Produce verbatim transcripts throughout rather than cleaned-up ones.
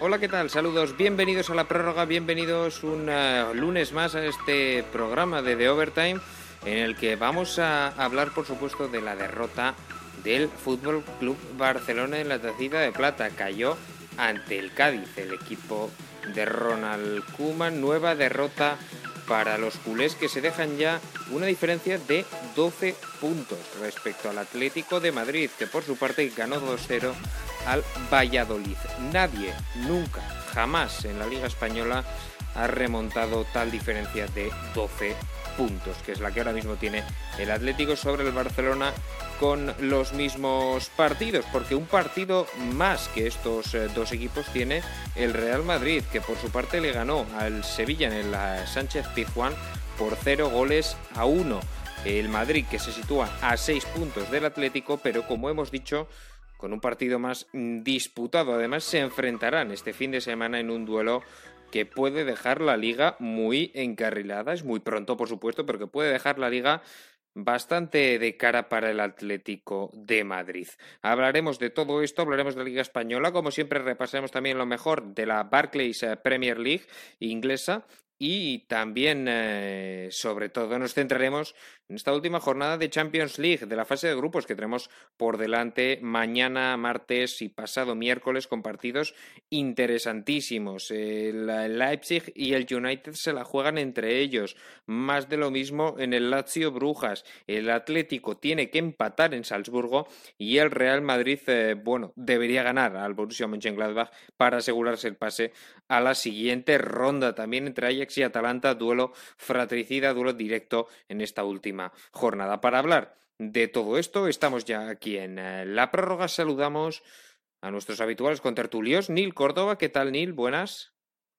Hola, ¿qué tal? Saludos, bienvenidos a la prórroga, bienvenidos un uh, lunes más a este programa de The Overtime, en el que vamos a hablar, por supuesto, de la derrota del Fútbol Club Barcelona en la Tacita de Plata. Cayó ante el Cádiz, el equipo de Ronald Koeman. Nueva derrota para los culés, que se dejan ya una diferencia de doce puntos respecto al Atlético de Madrid, que por su parte ganó dos cero al Valladolid. Nadie, nunca, jamás en la Liga Española ha remontado tal diferencia de doce puntos, que es la que ahora mismo tiene el Atlético sobre el Barcelona con los mismos partidos, porque un partido más que estos eh, dos equipos tiene el Real Madrid, que por su parte le ganó al Sevilla en el Sánchez Pizjuán por cero goles a uno. El Madrid, que se sitúa a seis puntos del Atlético, pero como hemos dicho, con un partido más disputado. Además, se enfrentarán este fin de semana en un duelo que puede dejar la Liga muy encarrilada. Es muy pronto, por supuesto, pero que puede dejar la Liga bastante de cara para el Atlético de Madrid. Hablaremos de todo esto, hablaremos de la Liga Española. Como siempre, repasaremos también lo mejor de la Barclays Premier League inglesa. Y también, eh, sobre todo, nos centraremos en esta última jornada de Champions League, de la fase de grupos que tenemos por delante mañana, martes y pasado miércoles, con partidos interesantísimos. El Leipzig y el United se la juegan entre ellos. Más de lo mismo en el Lazio Brujas. El Atlético tiene que empatar en Salzburgo y el Real Madrid, eh, bueno, debería ganar al Borussia Mönchengladbach para asegurarse el pase a la siguiente ronda. También entre Ajax y Atalanta, duelo fratricida, duelo directo en esta última jornada. Para hablar de todo esto, estamos ya aquí en eh, la prórroga. Saludamos a nuestros habituales contertulios. Neil Córdoba, ¿qué tal, Neil? Buenas.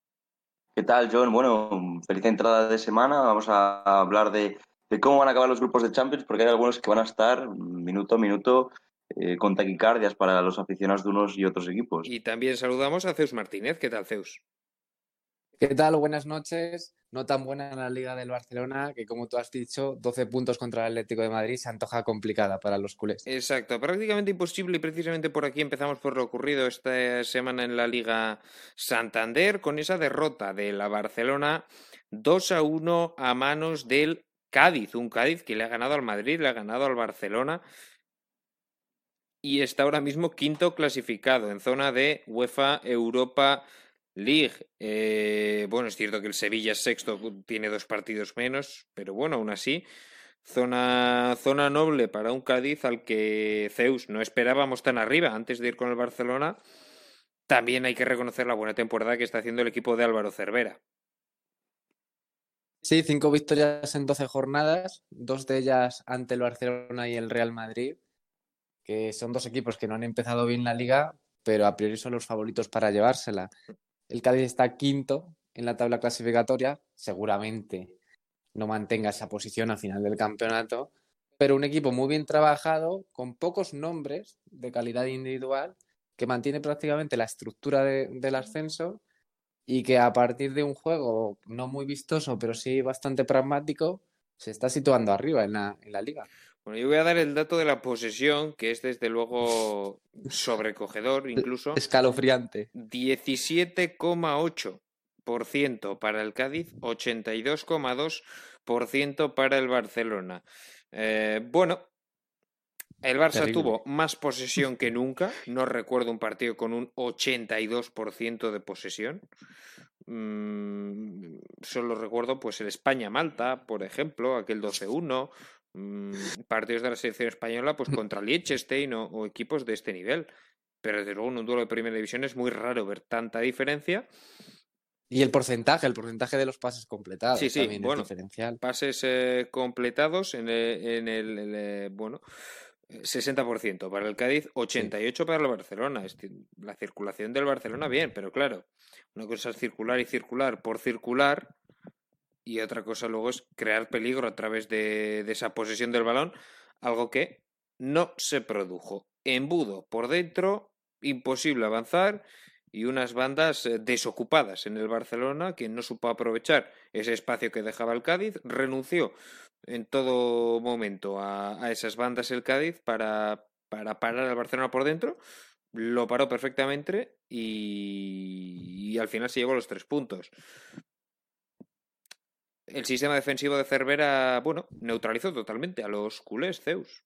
¿Qué tal, John? Bueno, feliz entrada de semana. Vamos a hablar de, de cómo van a acabar los grupos de Champions, porque hay algunos que van a estar minuto a minuto eh, con taquicardias para los aficionados de unos y otros equipos. Y también saludamos a Zeus Martínez. ¿Qué tal, Zeus? ¿Qué tal? Buenas noches. No tan buena en la Liga del Barcelona, que como tú has dicho, doce puntos contra el Atlético de Madrid se antoja complicada para los culés. Exacto, prácticamente imposible, y precisamente por aquí empezamos por lo ocurrido esta semana en la Liga Santander, con esa derrota de la Barcelona dos a uno a manos del Cádiz, un Cádiz que le ha ganado al Madrid, le ha ganado al Barcelona y está ahora mismo quinto clasificado en zona de UEFA Europa League. Eh, bueno, es cierto que el Sevilla es sexto, tiene dos partidos menos, pero bueno, aún así, zona, zona noble para un Cádiz al que Zeus no esperábamos tan arriba antes de ir con el Barcelona. También hay que reconocer la buena temporada que está haciendo el equipo de Álvaro Cervera. Sí, cinco victorias en doce jornadas, dos de ellas ante el Barcelona y el Real Madrid, que son dos equipos que no han empezado bien la liga, pero a priori son los favoritos para llevársela. El Cádiz está quinto en la tabla clasificatoria, seguramente no mantenga esa posición al final del campeonato, pero un equipo muy bien trabajado, con pocos nombres de calidad individual, que mantiene prácticamente la estructura de, del ascenso y que a partir de un juego no muy vistoso, pero sí bastante pragmático, se está situando arriba en la, en la liga. Bueno, yo voy a dar el dato de la posesión, que es desde luego sobrecogedor incluso. Escalofriante. diecisiete coma ocho por ciento para el Cádiz, ochenta y dos coma dos por ciento para el Barcelona. Eh, bueno, el Barça Terrible. tuvo más posesión que nunca. No recuerdo un partido con un ochenta y dos por ciento de posesión. Mm, solo recuerdo pues el España-Malta, por ejemplo, aquel doce uno. Mm, partidos de la selección española pues contra Liechtenstein o, o equipos de este nivel. Pero desde luego en un duelo de primera división es muy raro ver tanta diferencia. Y el porcentaje, el porcentaje de los pases completados Sí, sí, también bueno, es diferencial. Pases eh, completados en el, en el, el eh, bueno, sesenta por ciento para el Cádiz, ochenta y ocho por ciento para el Barcelona. La circulación del Barcelona bien, pero claro, una cosa es circular y circular por circular y otra cosa luego es crear peligro a través de, de esa posesión del balón, algo que no se produjo. Embudo por dentro, imposible avanzar y unas bandas desocupadas en el Barcelona que no supo aprovechar ese espacio que dejaba el Cádiz, renunció en todo momento a, a esas bandas el Cádiz para, para parar al Barcelona por dentro. lo paró perfectamente y, y al final se llevó los tres puntos. El sistema defensivo de Cervera, bueno, neutralizó totalmente a los culés, Zeus.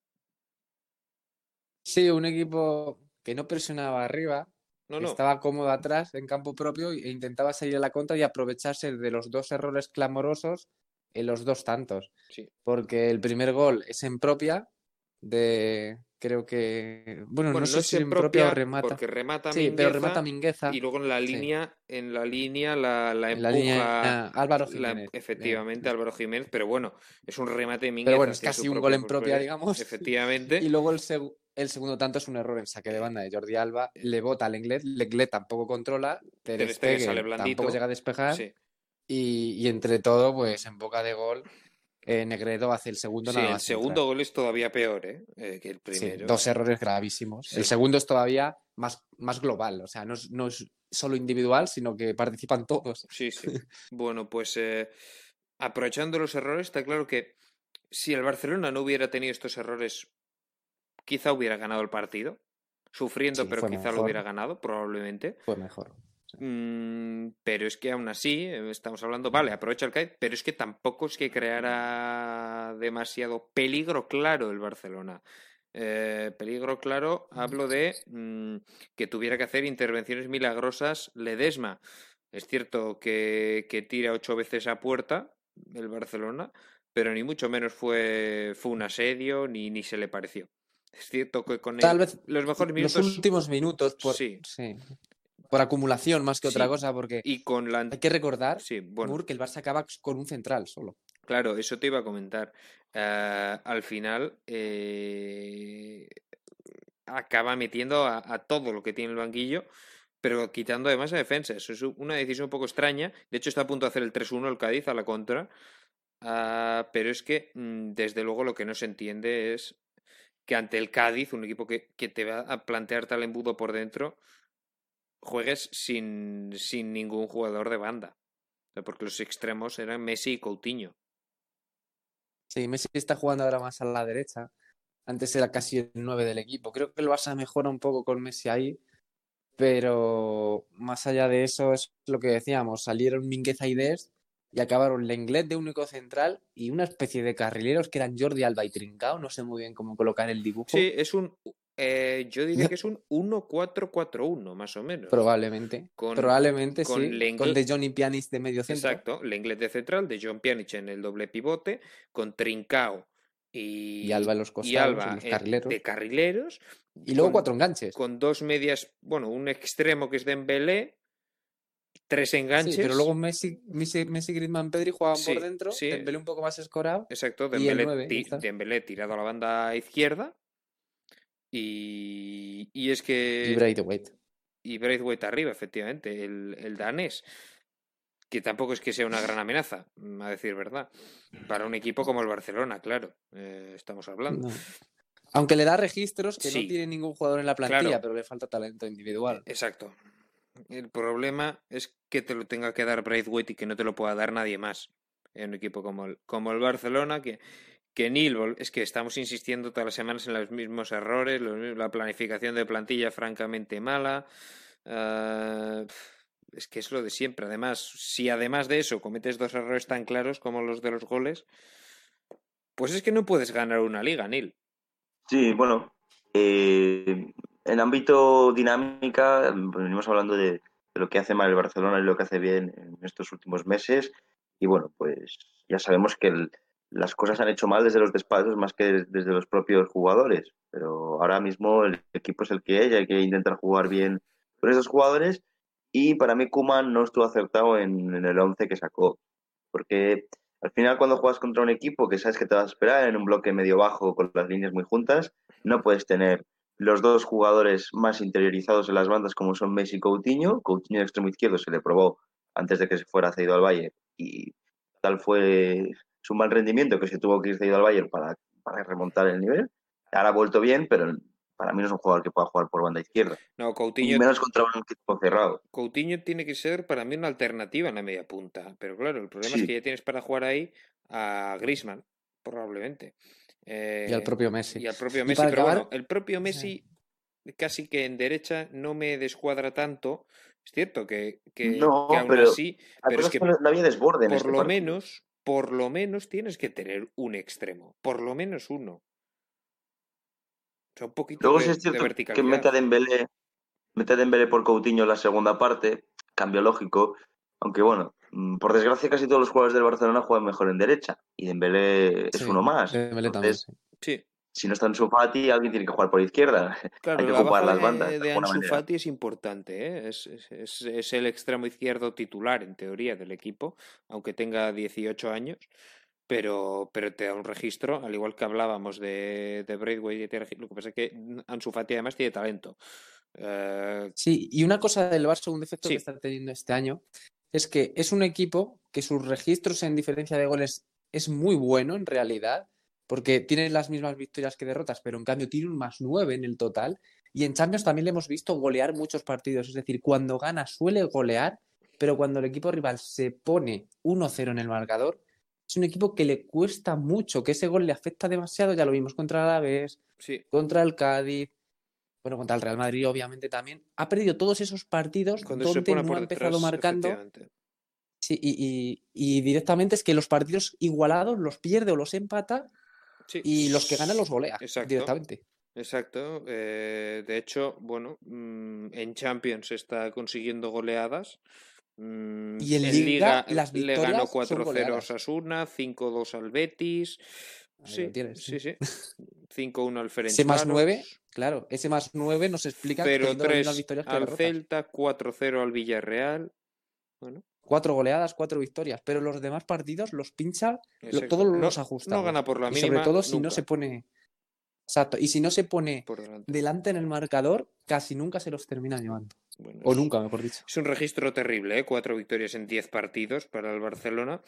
Sí, un equipo que no presionaba arriba, No, que no. estaba cómodo atrás en campo propio e intentaba salir a la contra y aprovecharse de los dos errores clamorosos en los dos tantos. Sí. Porque el primer gol es en propia de, creo que, bueno, Bueno, no no sé es si en en propia o propia, remata. porque remata Sí, pero Mingueza remata Mingueza. y luego en la Sí, línea, en la línea la, la en la empuja línea Álvaro la- Jiménez. Bien. efectivamente Álvaro Jiménez, pero bueno, es un remate de Pero bueno, Mingueza es hacia su casi un gol propio en propia, portería, digamos. efectivamente. Y luego el, seg- el segundo tanto es un error en saque de banda de Jordi Alba. Le bota al Lenglet. Lenglet tampoco controla. Ter Ter Stegen sale Stegen tampoco llega blandito. a despejar. Sí, Y, y entre todo, pues en boca de gol, eh, Negredo hace el segundo sí, nada el más entrar. segundo gol es todavía peor, ¿eh? Eh, que el Sí, primero. dos errores gravísimos. Sí. El segundo es todavía más, más global. O sea, no es, no es solo individual, sino que participan todos. Sí, sí. Bueno, pues eh, aprovechando los errores, está claro que si el Barcelona no hubiera tenido estos errores, quizá hubiera ganado el partido. Sufriendo, Sí, pero fue quizá lo hubiera mejor. ganado, probablemente. Fue mejor. Sí. Mm, pero es que aún así, eh, estamos hablando, vale, aprovecha el Cádiz, pero es que tampoco es que creara demasiado peligro claro el Barcelona. Eh, peligro claro, hablo de mm, que tuviera que hacer intervenciones milagrosas Ledesma. Es cierto que, que tira ocho veces a puerta el Barcelona, pero ni mucho menos fue, fue un asedio ni, ni se le pareció. Es cierto que con Tal el, vez los mejores los minutos, últimos minutos, por, sí, sí, por acumulación más que otra sí, cosa, porque y con la... hay que recordar, Sí, bueno, Mur, que el Barça acaba con un central solo. claro, eso te iba a comentar. Eh, al final eh, acaba metiendo a, a todo lo que tiene el banquillo, pero quitando además a defensa. Eso es una decisión un poco extraña. De hecho, está a punto de hacer el tres uno el Cádiz a la contra. Ah, pero es que, mm, desde luego, lo que no se entiende es que ante el Cádiz, un equipo que, que te va a plantear tal embudo por dentro, juegues sin, sin ningún jugador de banda. O sea, porque los extremos eran Messi y Coutinho. Sí, Messi está jugando ahora más a la derecha. Antes era casi el nueve del equipo. Creo que el Barça mejora un poco con Messi ahí, pero más allá de eso es lo que decíamos. Salieron Mingueza y Dest y acabaron Lenglet de único central y una especie de carrileros que eran Jordi Alba y Trincao. No sé muy bien cómo colocar el dibujo. Sí, es un. Eh, yo diría que es un uno cuatro cuatro uno, más o menos. Probablemente. Con, Probablemente con sí. Lenglet, Con De Jong y Pjanic de medio centro. exacto, Lenglet de central, de John Pjanic en el doble pivote, con Trincao y, Y Alba en los y costados, en Alba los eh, carrileros. de carrileros. Y luego con, cuatro enganches. Con dos medias, bueno, un extremo que es Dembélé, tres enganches. Sí, pero luego Messi, Messi, Messi Griezmann, Pedri jugaban sí, por dentro, sí, Dembélé un poco más escorado. exacto, Y el Dembélé, nueve, ti, Dembélé tirado a la banda izquierda. Y, y es que. Y Braithwaite. Y Braithwaite arriba, efectivamente, el, el danés, que tampoco es que sea una gran amenaza, a decir verdad, para un equipo como el Barcelona, claro, eh, estamos hablando. No. Aunque le da registros que Sí, no tiene ningún jugador en la plantilla, claro, pero le falta talento individual. exacto. El problema es que te lo tenga que dar Braithwaite y que no te lo pueda dar nadie más en un equipo como el, como el Barcelona, que, que Nil, es que estamos insistiendo todas las semanas en los mismos errores, los mismos, la planificación de plantilla francamente mala. Uh, es que es lo de siempre. Además, si además de eso cometes dos errores tan claros como los de los goles, pues es que no puedes ganar una liga, Nil. Sí, bueno, eh, en ámbito dinámica, venimos hablando de, de lo que hace mal el Barcelona y lo que hace bien en estos últimos meses. Y bueno, pues ya sabemos que el, las cosas han hecho mal desde los despachos más que desde los propios jugadores. Pero ahora mismo el equipo es el que es y hay que intentar jugar bien con esos jugadores. Y para mí Koeman no estuvo acertado en, en el once que sacó. Porque al final, cuando juegas contra un equipo que sabes que te vas a esperar en un bloque medio bajo con las líneas muy juntas, no puedes tener los dos jugadores más interiorizados en las bandas como son Messi y Coutinho. Coutinho de extremo izquierdo se le probó antes de que se fuera cedido al Bayern y tal fue su mal rendimiento que se tuvo que ir cedido al Bayern para, para remontar el nivel. Ahora ha vuelto bien, pero para mí no es un jugador que pueda jugar por banda izquierda. No, Coutinho, y menos contra un equipo cerrado. Coutinho tiene que ser para mí una alternativa en la media punta. Pero claro, el problema Sí. es que ya tienes para jugar ahí a Griezmann, probablemente. Eh, y al propio Messi. Y al propio Y Messi, para pero acabar, bueno, el propio Messi, sí. casi que en derecha no me descuadra tanto. Es cierto que, que, No, que aún pero así, la pero cosa es es que que no había desborde en por este lo partido. menos, por lo menos tienes que tener un extremo, por lo menos uno. O sea, un poquito Luego de, sí es de cierto que verticalidad. mete a Dembélé, mete a Dembélé por Coutinho en la segunda parte, cambio lógico, aunque bueno, mm, por desgracia casi todos los jugadores del Barcelona juegan mejor en derecha y Dembélé es Sí, uno más. Dembélé también, Entonces, sí. Sí, si no está Ansu Fati, alguien tiene que jugar por izquierda. Hay claro, que la ocupar baja las bandas de, de de alguna Ansu manera. Fati es importante, ¿eh? Es, es- es- es el extremo izquierdo titular, en teoría, del equipo, aunque tenga dieciocho años, pero, pero te da un registro, al igual que hablábamos de, de Braithwaite y de Ter- lo que pasa es que Ansu Fati además tiene talento. Eh, Sí, y una cosa del Barça, un defecto que sí, está teniendo este año, es que es un equipo que sus registros en diferencia de goles es muy bueno en realidad, porque tiene las mismas victorias que derrotas, pero en cambio tiene un más nueve en el total. Y en Champions también le hemos visto golear muchos partidos, es decir, cuando gana suele golear, pero cuando el equipo rival se pone uno cero en el marcador, es un equipo que le cuesta mucho, que ese gol le afecta demasiado, ya lo vimos contra el Alavés, sí, contra el Cádiz. Bueno, contra el Real Madrid, obviamente, también. Ha perdido todos esos partidos cuando se donde pone no por ha empezado detrás, marcando. efectivamente. Sí, y, y- y directamente es que los partidos igualados los pierde o los empata Sí, y los que gana los golea exacto. directamente. Exacto. Eh, de hecho, bueno, mm, en Champions está consiguiendo goleadas. Mm, Y en en Liga, Liga las le ganó victorias son cuatro cero a goleadas. Osasuna, cinco dos al Betis. Ahí lo Sí, tienes, sí, sí. sí. cinco uno al Ese más nueve, Ferencváros. claro, ese más nueve nos explica cero teniendo las mismas tres victorias que al derrotas. Celta, cuatro cero al Villarreal. Bueno, Cuatro goleadas, cuatro victorias, pero los demás partidos los pincha lo- exacto. todos No, los no gana ajustados. por la Y sobre mínima todo si no se nunca pone. Exacto. Y si no se pone por delante. delante en el marcador, casi nunca se los termina llevando. Bueno, O es, nunca, mejor dicho. es un registro terrible, ¿eh? Cuatro victorias en diez partidos para el Barcelona,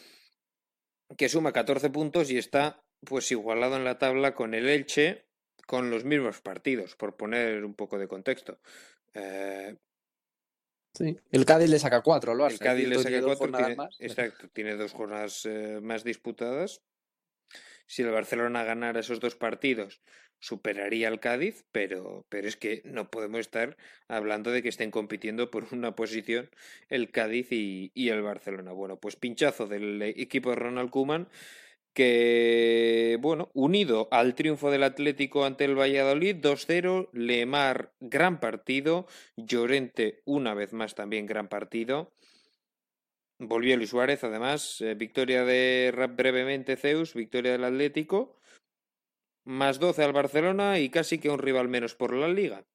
que suma catorce puntos y está pues igualado en la tabla con el Elche con los mismos partidos, por poner un poco de contexto. Eh, Sí. El Cádiz le saca cuatro al el Barça. Es Cádiz le cierto, tiene saca dos cuatro, jornadas tiene, más. exacto, tiene dos jornadas eh, más disputadas. Si el Barcelona ganara esos dos partidos, superaría al Cádiz, pero, pero es que no podemos estar hablando de que estén compitiendo por una posición el Cádiz y, y el Barcelona. Bueno, pues pinchazo del equipo de Ronald Koeman, que, bueno, unido al triunfo del Atlético ante el Valladolid, dos cero, Lemar, gran partido, Llorente, una vez más también gran partido. Volvió Luis Suárez, además, eh, victoria de brevemente Zeus, victoria del Atlético, más doce al Barcelona y casi que un rival menos por la Liga.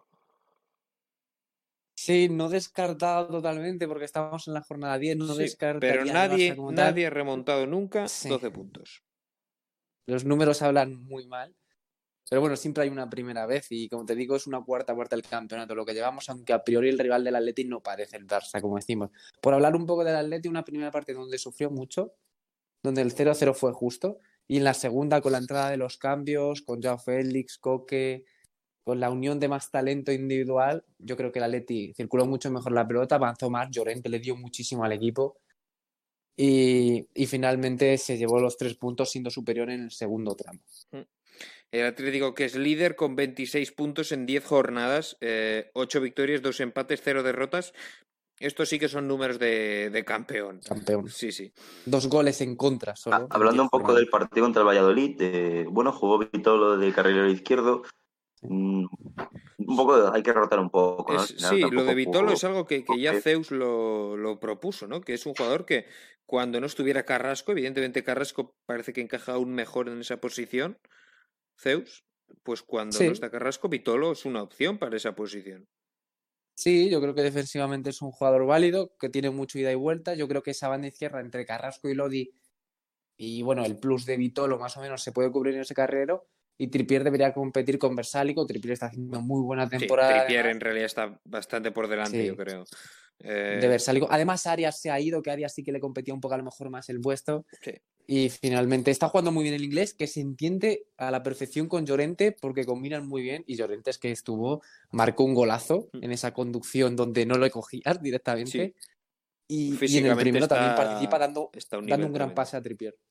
Sí, no descartado totalmente porque estamos en la jornada diez. No Sí, descartaría pero al Barça nadie, como tal. nadie ha remontado nunca Sí. doce puntos. Los números hablan muy mal. Pero bueno, siempre hay una primera vez y como te digo, es una cuarta parte del campeonato lo que llevamos, aunque a priori el rival del Atleti no parece el Barça, como decimos. Por hablar un poco del Atleti, una primera parte donde sufrió mucho, donde el cero cero fue justo, y en la segunda con la entrada de los cambios, con Joao Félix, Coque, con la unión de más talento individual, yo creo que el Atleti circuló mucho mejor la pelota, avanzó más, Llorente le dio muchísimo al equipo y, y finalmente se llevó los tres puntos siendo superior en el segundo tramo. El Atlético, que es líder con veintiséis puntos en diez jornadas, eh, ocho victorias, dos empates, cero derrotas. Estos sí que son números de, de campeón. Campeón. Sí, sí. Dos goles en contra solo. Ah, hablando un poco del partido contra el Valladolid, eh, bueno, jugó Vitolo de carrilero izquierdo. Sí. Mm, un poco, hay que rotar un poco, ¿no? Es, Al final sí, lo de Vitolo jugó... es algo que, que ya Zeus lo, lo propuso, ¿no? Que es un jugador que cuando no estuviera Carrasco, evidentemente Carrasco parece que encaja aún mejor en esa posición, Zeus, pues cuando Sí. no está Carrasco, Vitolo es una opción para esa posición. Sí, yo creo que defensivamente es un jugador válido, que tiene mucho ida y vuelta. Yo creo que esa banda izquierda entre Carrasco y Lodi y bueno, el plus de Vitolo más o menos se puede cubrir en ese carrero. Y Trippier debería competir con Versálico. Trippier está haciendo muy buena temporada. Sí, Trippier además. en realidad está bastante por delante, Sí. yo creo. Eh... De Versálico. Además, Arias se ha ido, que Arias sí que le competía un poco a lo mejor más el puesto. Sí. Y finalmente está jugando muy bien el inglés, que se entiende a la perfección con Llorente porque combinan muy bien. Y Llorente es que estuvo, marcó un golazo en esa conducción donde no lo cogías directamente. Sí. Y, y en el primero está, también participa dando, está un, dando un gran tremendo. pase a Trippier.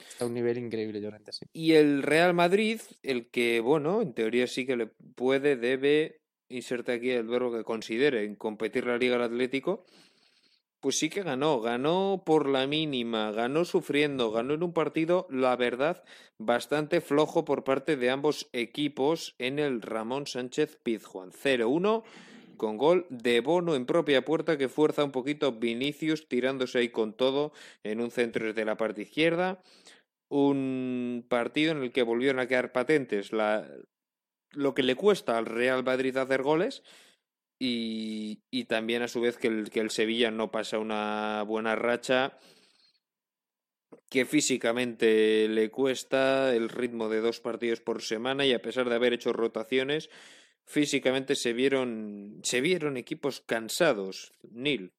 Está a un nivel increíble, Llorente, sí. Y el Real Madrid, el que, bueno, en teoría sí que le puede, debe, inserte aquí el verbo que considere, en competir la Liga al Atlético, pues sí que ganó, ganó por la mínima, ganó sufriendo, ganó en un partido, la verdad, bastante flojo por parte de ambos equipos en el Ramón Sánchez Pizjuán. cero uno con gol de Bono en propia puerta que fuerza un poquito Vinicius tirándose ahí con todo en un centro desde la parte izquierda. Un partido en el que volvieron a quedar patentes la, lo que le cuesta al Real Madrid hacer goles. Y, y también a su vez que el, que el Sevilla no pasa una buena racha, que físicamente le cuesta el ritmo de dos partidos por semana y a pesar de haber hecho rotaciones, físicamente se vieron, se vieron equipos cansados, Neil.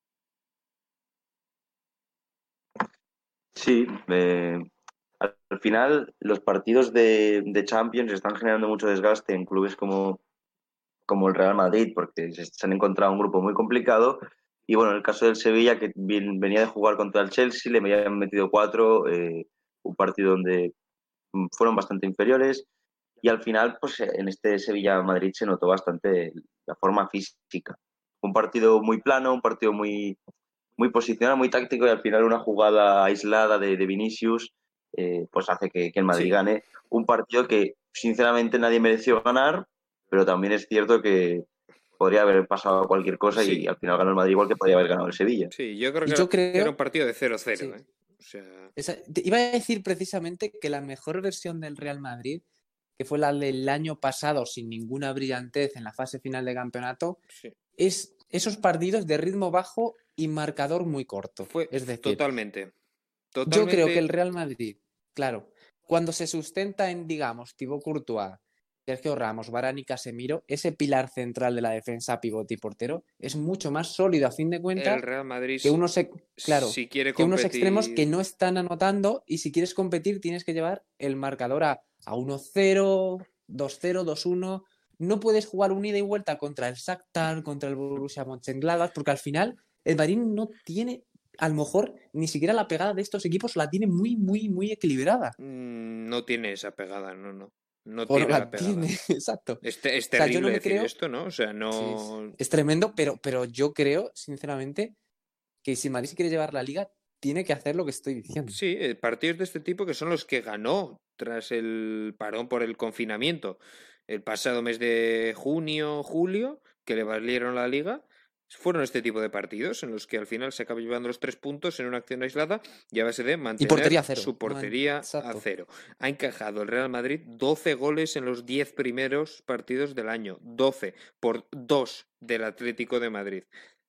Sí, eh, al, al final los partidos de, de Champions están generando mucho desgaste en clubes como como el Real Madrid, porque se, se han encontrado un grupo muy complicado. Y bueno, en el caso del Sevilla, que bien, venía de jugar contra el Chelsea, le habían metido cuatro, eh, un partido donde fueron bastante inferiores. Y al final, pues en este Sevilla-Madrid se notó bastante la forma física. Un partido muy plano, un partido muy, muy posicionado, muy táctico, y al final una jugada aislada de, de Vinicius eh, pues hace que, que el Madrid Sí. gane. Un partido que sinceramente nadie mereció ganar, pero también es cierto que podría haber pasado cualquier cosa Sí. y al final ganó el Madrid igual que podría haber ganado el Sevilla. Sí, yo creo que, Y era, yo creo- que era un partido de cero cero. Sí. ¿eh? O sea, Esa- te iba a decir precisamente que la mejor versión del Real Madrid, que fue la del año pasado sin ninguna brillantez en la fase final de campeonato, sí. es esos partidos de ritmo bajo y marcador muy corto. Fue es decir, totalmente, totalmente. yo creo que el Real Madrid, claro, cuando se sustenta en, digamos, Thibaut Courtois, Sergio Ramos, Varane y Casemiro, ese pilar central de la defensa, pivote y portero, es mucho más sólido a fin de cuentas El Real Madrid, que unos, e- claro, si quiere que unos competir, extremos que no están anotando, y si quieres competir tienes que llevar el marcador a, a uno cero, dos cero, dos uno. No puedes jugar un ida y vuelta contra el Shakhtar, contra el Borussia Mönchengladbach, porque al final el Madrid no tiene, a lo mejor, ni siquiera la pegada de estos equipos la tiene muy, muy, muy equilibrada. mm, no tiene esa pegada, no, no. No O no tiene la la pegada. tiene, exacto. Es, te- es O sea, yo terrible no me decir creo- esto, ¿no? O sea, Sí, no. es, es tremendo, pero, pero yo creo, sinceramente, que si el Madrid se quiere llevar la liga, tiene que hacer lo que estoy diciendo. Sí, eh, partidos de este tipo que son los que ganó tras el parón por el confinamiento el pasado mes de junio, julio, que le valieron la liga, fueron este tipo de partidos en los que al final se acaba llevando los tres puntos en una acción aislada y a base de mantener portería a cero. su portería Exacto. a cero. Ha encajado el Real Madrid doce goles en los diez primeros partidos del año, doce por dos del Atlético de Madrid.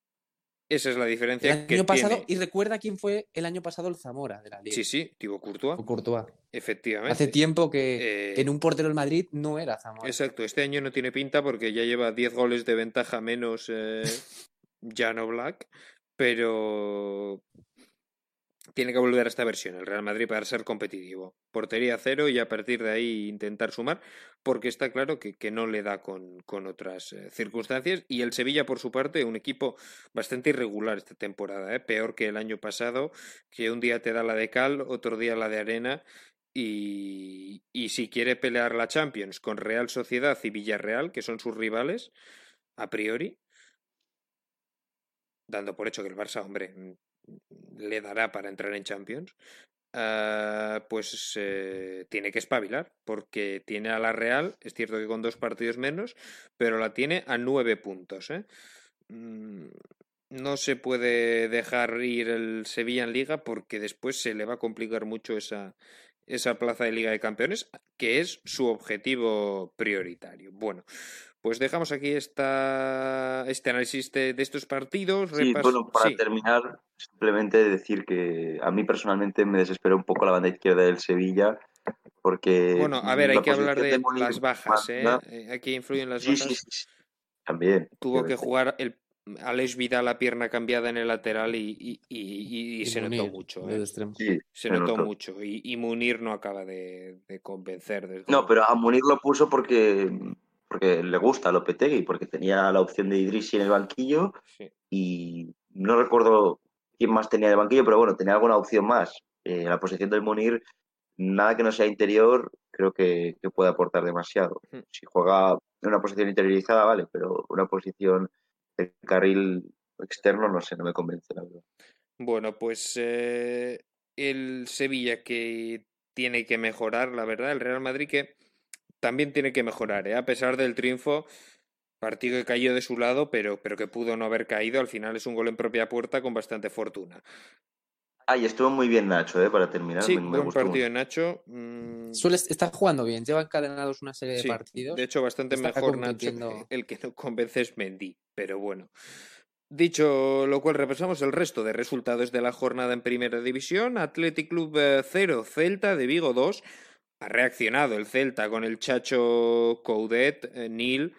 Esa es la diferencia El que año pasado, tiene. y recuerda quién fue el año pasado el Zamora de la liga. Sí, sí, Thibaut Courtois, Fue Courtois. efectivamente. Hace tiempo que Eh, en un portero del Madrid no era Zamora. Exacto, este año no tiene pinta porque ya lleva diez goles de ventaja menos eh, Jan Oblak, pero tiene que volver a esta versión el Real Madrid para ser competitivo. Portería cero y a partir de ahí intentar sumar, porque está claro que, que no le da con, con otras eh, circunstancias. Y el Sevilla, por su parte, un equipo bastante irregular esta temporada, ¿eh? Peor que el año pasado, que un día te da la de cal, otro día la de arena. Y, y si quiere pelear la Champions con Real Sociedad y Villarreal, que son sus rivales, a priori, dando por hecho que el Barça, hombre, le dará para entrar en Champions, uh, pues eh, tiene que espabilar, porque tiene a la Real, es cierto que con dos partidos menos, pero la tiene a nueve puntos. ¿eh? Mm, no se puede dejar ir el Sevilla en Liga porque después se le va a complicar mucho esa, esa plaza de Liga de Campeones, que es su objetivo prioritario. Bueno, pues dejamos aquí esta, este análisis de, de estos partidos. Sí, Repas... bueno, para sí. terminar, simplemente decir que a mí personalmente me desesperó un poco la banda izquierda del Sevilla, porque... Bueno, a ver, hay la que hablar de, posición de Munir las bajas, ¿eh? manda- Eh, Aquí influyen las Sí, bajas. sí, sí, sí, también. Tuvo que obviamente. jugar el Alex Vidal la pierna cambiada en el lateral y, y, y, y- y Y se Munir, notó mucho. de ¿eh? extremo. Sí, Se se notó notó. mucho. Y, y Munir no acaba de, de convencer. Desde No, luego. pero a Munir lo puso porque, porque le gusta a Lopetegui, porque tenía la opción de Idrissi en el banquillo Sí. y no recuerdo quién más tenía de banquillo, pero bueno, tenía alguna opción más. eh, la posición del Munir, nada que no sea interior, creo que, que puede aportar demasiado. Si juega en una posición interiorizada, vale, pero una posición de carril externo, no sé, no me convence, la verdad. Bueno, pues eh, el Sevilla que tiene que mejorar, la verdad, el Real Madrid que también tiene que mejorar, ¿eh? A pesar del triunfo, partido que cayó de su lado, pero, pero que pudo no haber caído, al final es un gol en propia puerta con bastante fortuna. Ah, y estuvo muy bien Nacho, ¿eh? Para terminar, Sí, me, me buen gustó partido mucho. de Nacho. mm, Suele estar jugando bien, lleva encadenados una serie de Sí, de partidos. hecho bastante Está mejor Nacho. compitiendo. El que no convence es Mendy, pero bueno. Dicho lo cual, repasamos el resto de resultados de la jornada en Primera División. Athletic Club eh, cero, Celta de Vigo dos. Ha reaccionado el Celta con el Chacho Coudet, eh, Nil.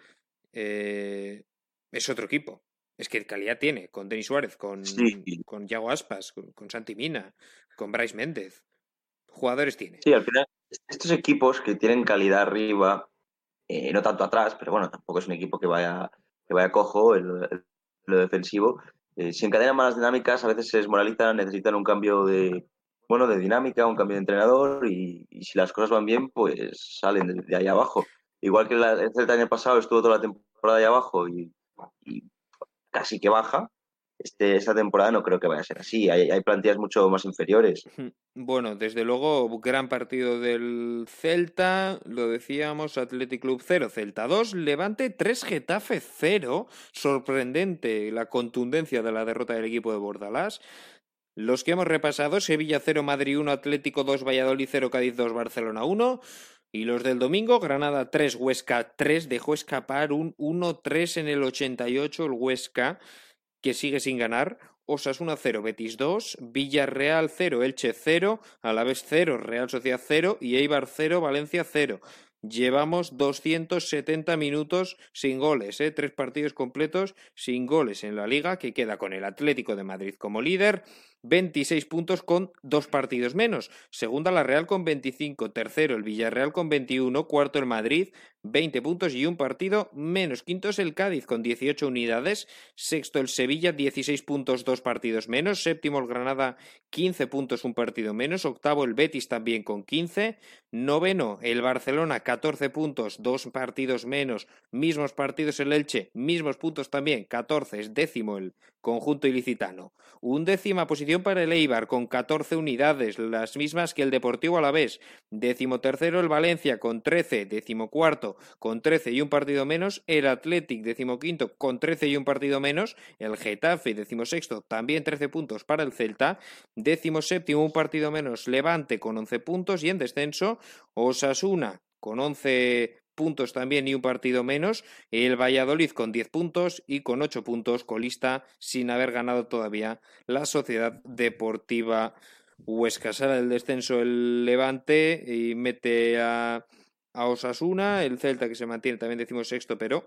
eh, es otro equipo. Es que calidad tiene, con Denis Suárez, con, Sí, con Yago Aspas, con, con Santi Mina, con Bryce Méndez. Jugadores tiene. sí, al final, estos equipos que tienen calidad arriba, eh, no tanto atrás, pero bueno, tampoco es un equipo que vaya, que vaya cojo en lo, en lo defensivo. Eh, si encadenan malas dinámicas, a veces se desmoralizan, necesitan un cambio de, bueno, de dinámica, un cambio de entrenador y, y si las cosas van bien, pues salen de, de ahí abajo. Igual que la, el Celta el año pasado estuvo toda la temporada ahí abajo y, y casi que baja. Este, esta temporada no creo que vaya a ser así. Hay, hay plantillas mucho más inferiores. Bueno, desde luego, gran partido del Celta, lo decíamos, Athletic Club cero, Celta dos, Levante tres, Getafe cero. Sorprendente la contundencia de la derrota del equipo de Bordalás. Los que hemos repasado, Sevilla cero, Madrid uno, Atlético dos, Valladolid cero, Cádiz dos, Barcelona uno. Y los del domingo, Granada tres, Huesca tres, dejó escapar un uno tres en el ochenta y ocho el Huesca, que sigue sin ganar. Osasuna cero, Betis dos, Villarreal cero, Elche cero, Alavés cero, Real Sociedad cero y Eibar cero, Valencia cero. Llevamos doscientos setenta minutos sin goles, ¿eh? Tres partidos completos sin goles en la Liga, que queda con el Atlético de Madrid como líder, veintiséis puntos con dos partidos menos. Segunda la Real con veinticinco, tercero el Villarreal con veintiuno, cuarto el Madrid, veinte puntos y un partido menos. Quinto es el Cádiz con dieciocho unidades, sexto el Sevilla, dieciséis puntos, dos partidos menos, séptimo el Granada, quince puntos, un partido menos, octavo el Betis también con quince, noveno el Barcelona, catorce puntos, dos partidos menos, mismos partidos el Elche, mismos puntos también, catorce, es décimo el conjunto ilicitano. Undécima posición para el Eibar con catorce unidades, las mismas que el Deportivo Alavés. Décimo tercero el Valencia con trece, décimo cuarto con trece y un partido menos, el Athletic décimo quinto con trece y un partido menos, el Getafe décimo sexto también trece puntos para el Celta, décimo séptimo un partido menos Levante con once puntos y en descenso Osasuna con once puntos también y un partido menos, el Valladolid con diez puntos y con ocho puntos colista sin haber ganado todavía la Sociedad Deportiva Huesca. Sale del descenso el Levante y mete a, a Osasuna, el Celta que se mantiene también decimosexto, pero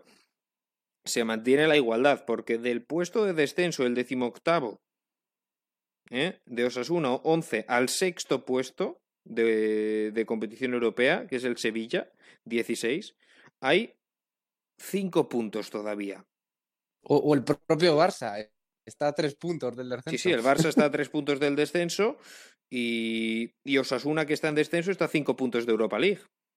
se mantiene la igualdad, porque del puesto de descenso, el decimoctavo ¿eh? de Osasuna, once al sexto puesto de, de competición europea, que es el Sevilla, dieciséis, hay cinco puntos todavía. O, o el propio Barça, eh. Está a tres puntos del descenso. Sí, sí, el Barça está a tres puntos del descenso y, y Osasuna, que está en descenso, está a cinco puntos de Europa League.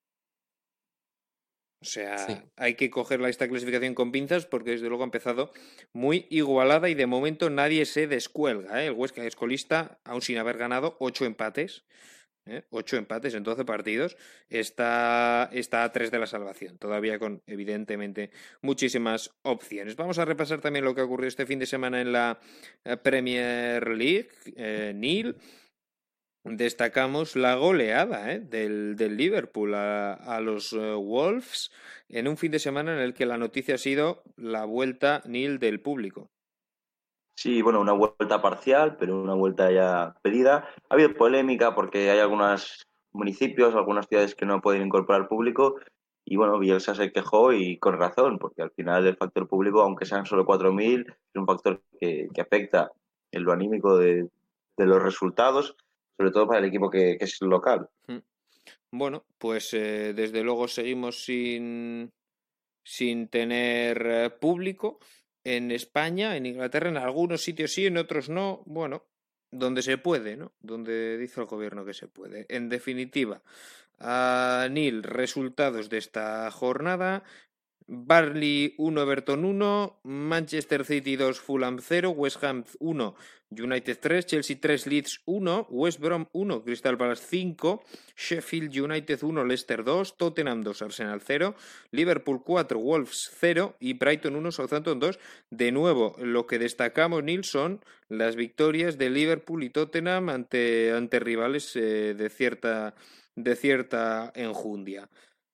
O sea, sí. Hay que coger esta clasificación con pinzas porque desde luego ha empezado muy igualada y de momento nadie se descuelga, ¿eh? El Huesca es colista, aún sin haber ganado, ocho empates. ¿Eh? Ocho empates en doce partidos, está, está a tres de la salvación, todavía con evidentemente muchísimas opciones. Vamos a repasar también lo que ocurrió este fin de semana en la Premier League. eh, Neil, destacamos la goleada ¿eh? del, del Liverpool a, a los uh, Wolves en un fin de semana en el que la noticia ha sido la vuelta Neil del público. Sí, bueno, una vuelta parcial, pero una vuelta ya pedida. Ha habido polémica porque hay algunos municipios, algunas ciudades que no pueden incorporar público y bueno, Bielsa se quejó y con razón, porque al final el factor público, aunque sean solo cuatro mil, es un factor que, que afecta en lo anímico de, de los resultados, sobre todo para el equipo que, que es local. Bueno, pues eh, desde luego seguimos sin, sin tener eh, público. En España, en Inglaterra, en algunos sitios sí, en otros no. Bueno, donde se puede, ¿no? Donde dice el gobierno que se puede. En definitiva, a Neil, resultados de esta jornada: Burnley uno, Everton uno, Manchester City dos, Fulham cero, West Ham uno, United tres, Chelsea tres, Leeds uno, West Brom uno, Crystal Palace cinco, Sheffield United uno, Leicester dos, Tottenham dos, Arsenal cero, Liverpool cuatro, Wolves cero y Brighton uno, Southampton dos. De nuevo, lo que destacamos, Neil, son las victorias de Liverpool y Tottenham ante, ante rivales eh, de cierta, de cierta enjundia.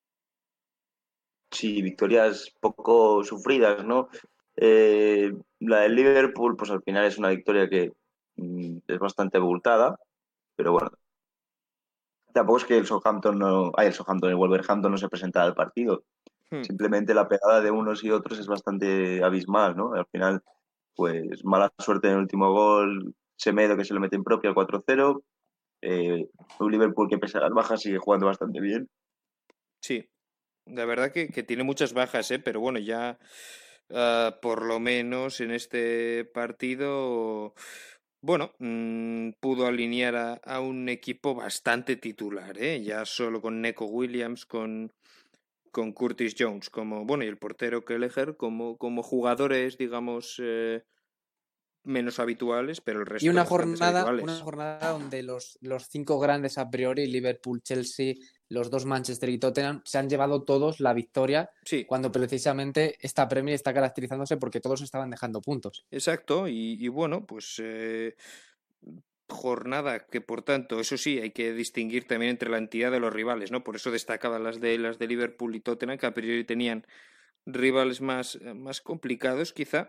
Sí, victorias poco sufridas, ¿no? Eh, la del Liverpool, pues al final es una victoria que mm, es bastante abultada, pero bueno, tampoco es que el Southampton no, ay, el Southampton, el Wolverhampton no se presentara al partido. Hmm. Simplemente la pegada de unos y otros es bastante abismal, ¿no? Al final, pues mala suerte en el último gol, Semedo que se lo mete en propio al cuatro cero, eh, un Liverpool que pese a las bajas sigue jugando bastante bien. Sí, la verdad que, que tiene muchas bajas, ¿eh? Pero bueno, ya uh, por lo menos en este partido, bueno, mmm, pudo alinear a, a un equipo bastante titular, ¿eh? Ya solo con Neco Williams, con, con Curtis Jones, como, bueno, y el portero Kelleher, como, como jugadores, digamos, eh, menos habituales, pero el resto Y una bastantes jornada, habituales. una jornada donde los, los cinco grandes a priori, Liverpool, Chelsea, los dos Manchester y Tottenham, se han llevado todos la victoria, Sí, cuando precisamente esta Premier está caracterizándose porque todos estaban dejando puntos. exacto, y, y bueno, pues eh, jornada que por tanto, eso sí, hay que distinguir también entre la entidad de los rivales, ¿no? Por eso destacaba las de las de Liverpool y Tottenham, que a priori tenían rivales más, más complicados, quizá.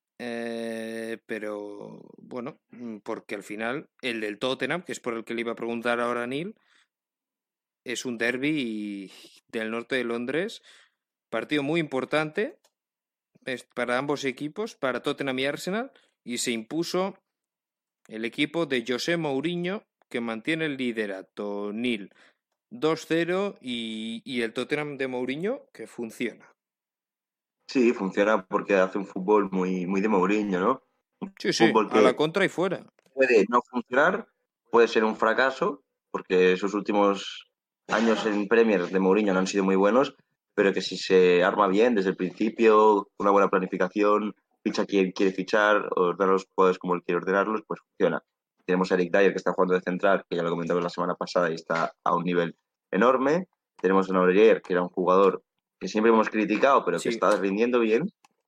Eh, pero bueno, porque al final el del Tottenham, que es por el que le iba a preguntar ahora a Neil, es un derbi del norte de Londres, partido muy importante para ambos equipos, para Tottenham y Arsenal, y se impuso el equipo de José Mourinho, que mantiene el liderato, Neil, dos cero, y, y el Tottenham de Mourinho, que funciona. Sí, funciona porque hace un fútbol muy, muy de Mourinho, ¿no? Un Sí, sí, fútbol a la que contra y fuera. puede no funcionar, puede ser un fracaso, porque sus últimos años en Premier de Mourinho no han sido muy buenos, pero que si se arma bien desde el principio, una buena planificación, ficha quien quiere fichar, ordena los jugadores como él quiere ordenarlos, pues funciona. Tenemos a Eric Dyer que está jugando de central, que ya lo comentamos la semana pasada y está a un nivel enorme. Tenemos a Aurier, que era un jugador que siempre hemos criticado, pero que Sí. está rindiendo bien.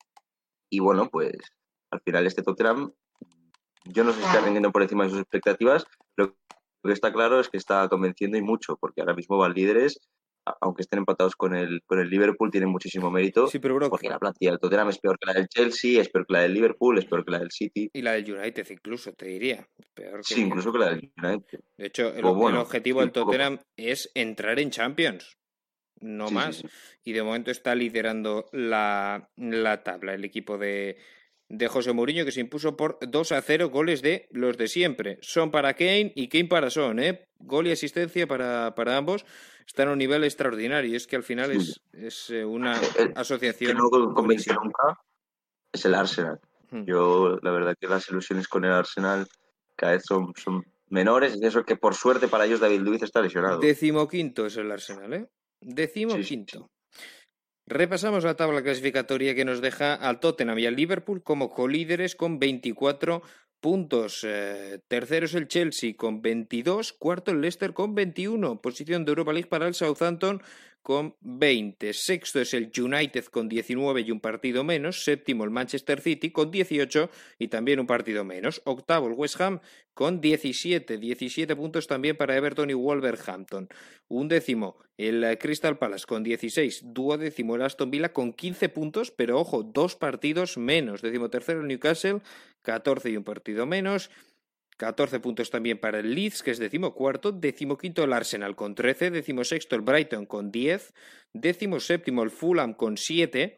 Y bueno, pues al final este Tottenham, yo no sé si está rindiendo por encima de sus expectativas. Lo que está claro es que está convenciendo y mucho, porque ahora mismo van líderes, aunque estén empatados con el, con el Liverpool, tienen muchísimo mérito, Sí, pero bro, porque la plantilla del Tottenham es peor que la del Chelsea, es peor que la del Liverpool, es peor que la del City. y la del United incluso, te diría. Peor que Sí, el incluso que la del United. De hecho, el, Pues el bueno, objetivo sí, del un poco Tottenham es entrar en Champions, no sí, sí, más. sí. Y de momento está liderando la, la tabla el equipo de, de José Mourinho, que se impuso por dos a cero, goles de los de siempre. Son para Kane y Kane para Son, ¿eh? Gol y asistencia para, para ambos. Están a un nivel extraordinario. Y es que al final Sí. es, es eh, una El, asociación que no convence buenísima. nunca es el Arsenal. Hmm. Yo, la verdad que las ilusiones con el Arsenal cada vez son, son menores, y eso que por suerte para ellos David Luiz está lesionado. Decimoquinto es el Arsenal, ¿eh? Decimoquinto. Sí, sí, sí. Repasamos la tabla clasificatoria que nos deja al Tottenham y al Liverpool como colíderes con veinticuatro puntos. Eh, tercero es el Chelsea con veintidós, cuarto el Leicester con veintiuno, posición de Europa League para el Southampton con veinte, sexto es el United con diecinueve y un partido menos, séptimo el Manchester City con dieciocho y también un partido menos, octavo el West Ham con diecisiete, diecisiete puntos también para Everton y Wolverhampton, undécimo el Crystal Palace con dieciséis, duodécimo el Aston Villa con quince puntos, pero ojo, dos partidos menos, decimotercero el Newcastle, catorce y un partido menos, catorce puntos también para el Leeds, que es decimocuarto, decimoquinto el Arsenal con trece, decimosexto el Brighton con diez, decimoséptimo el Fulham con siete.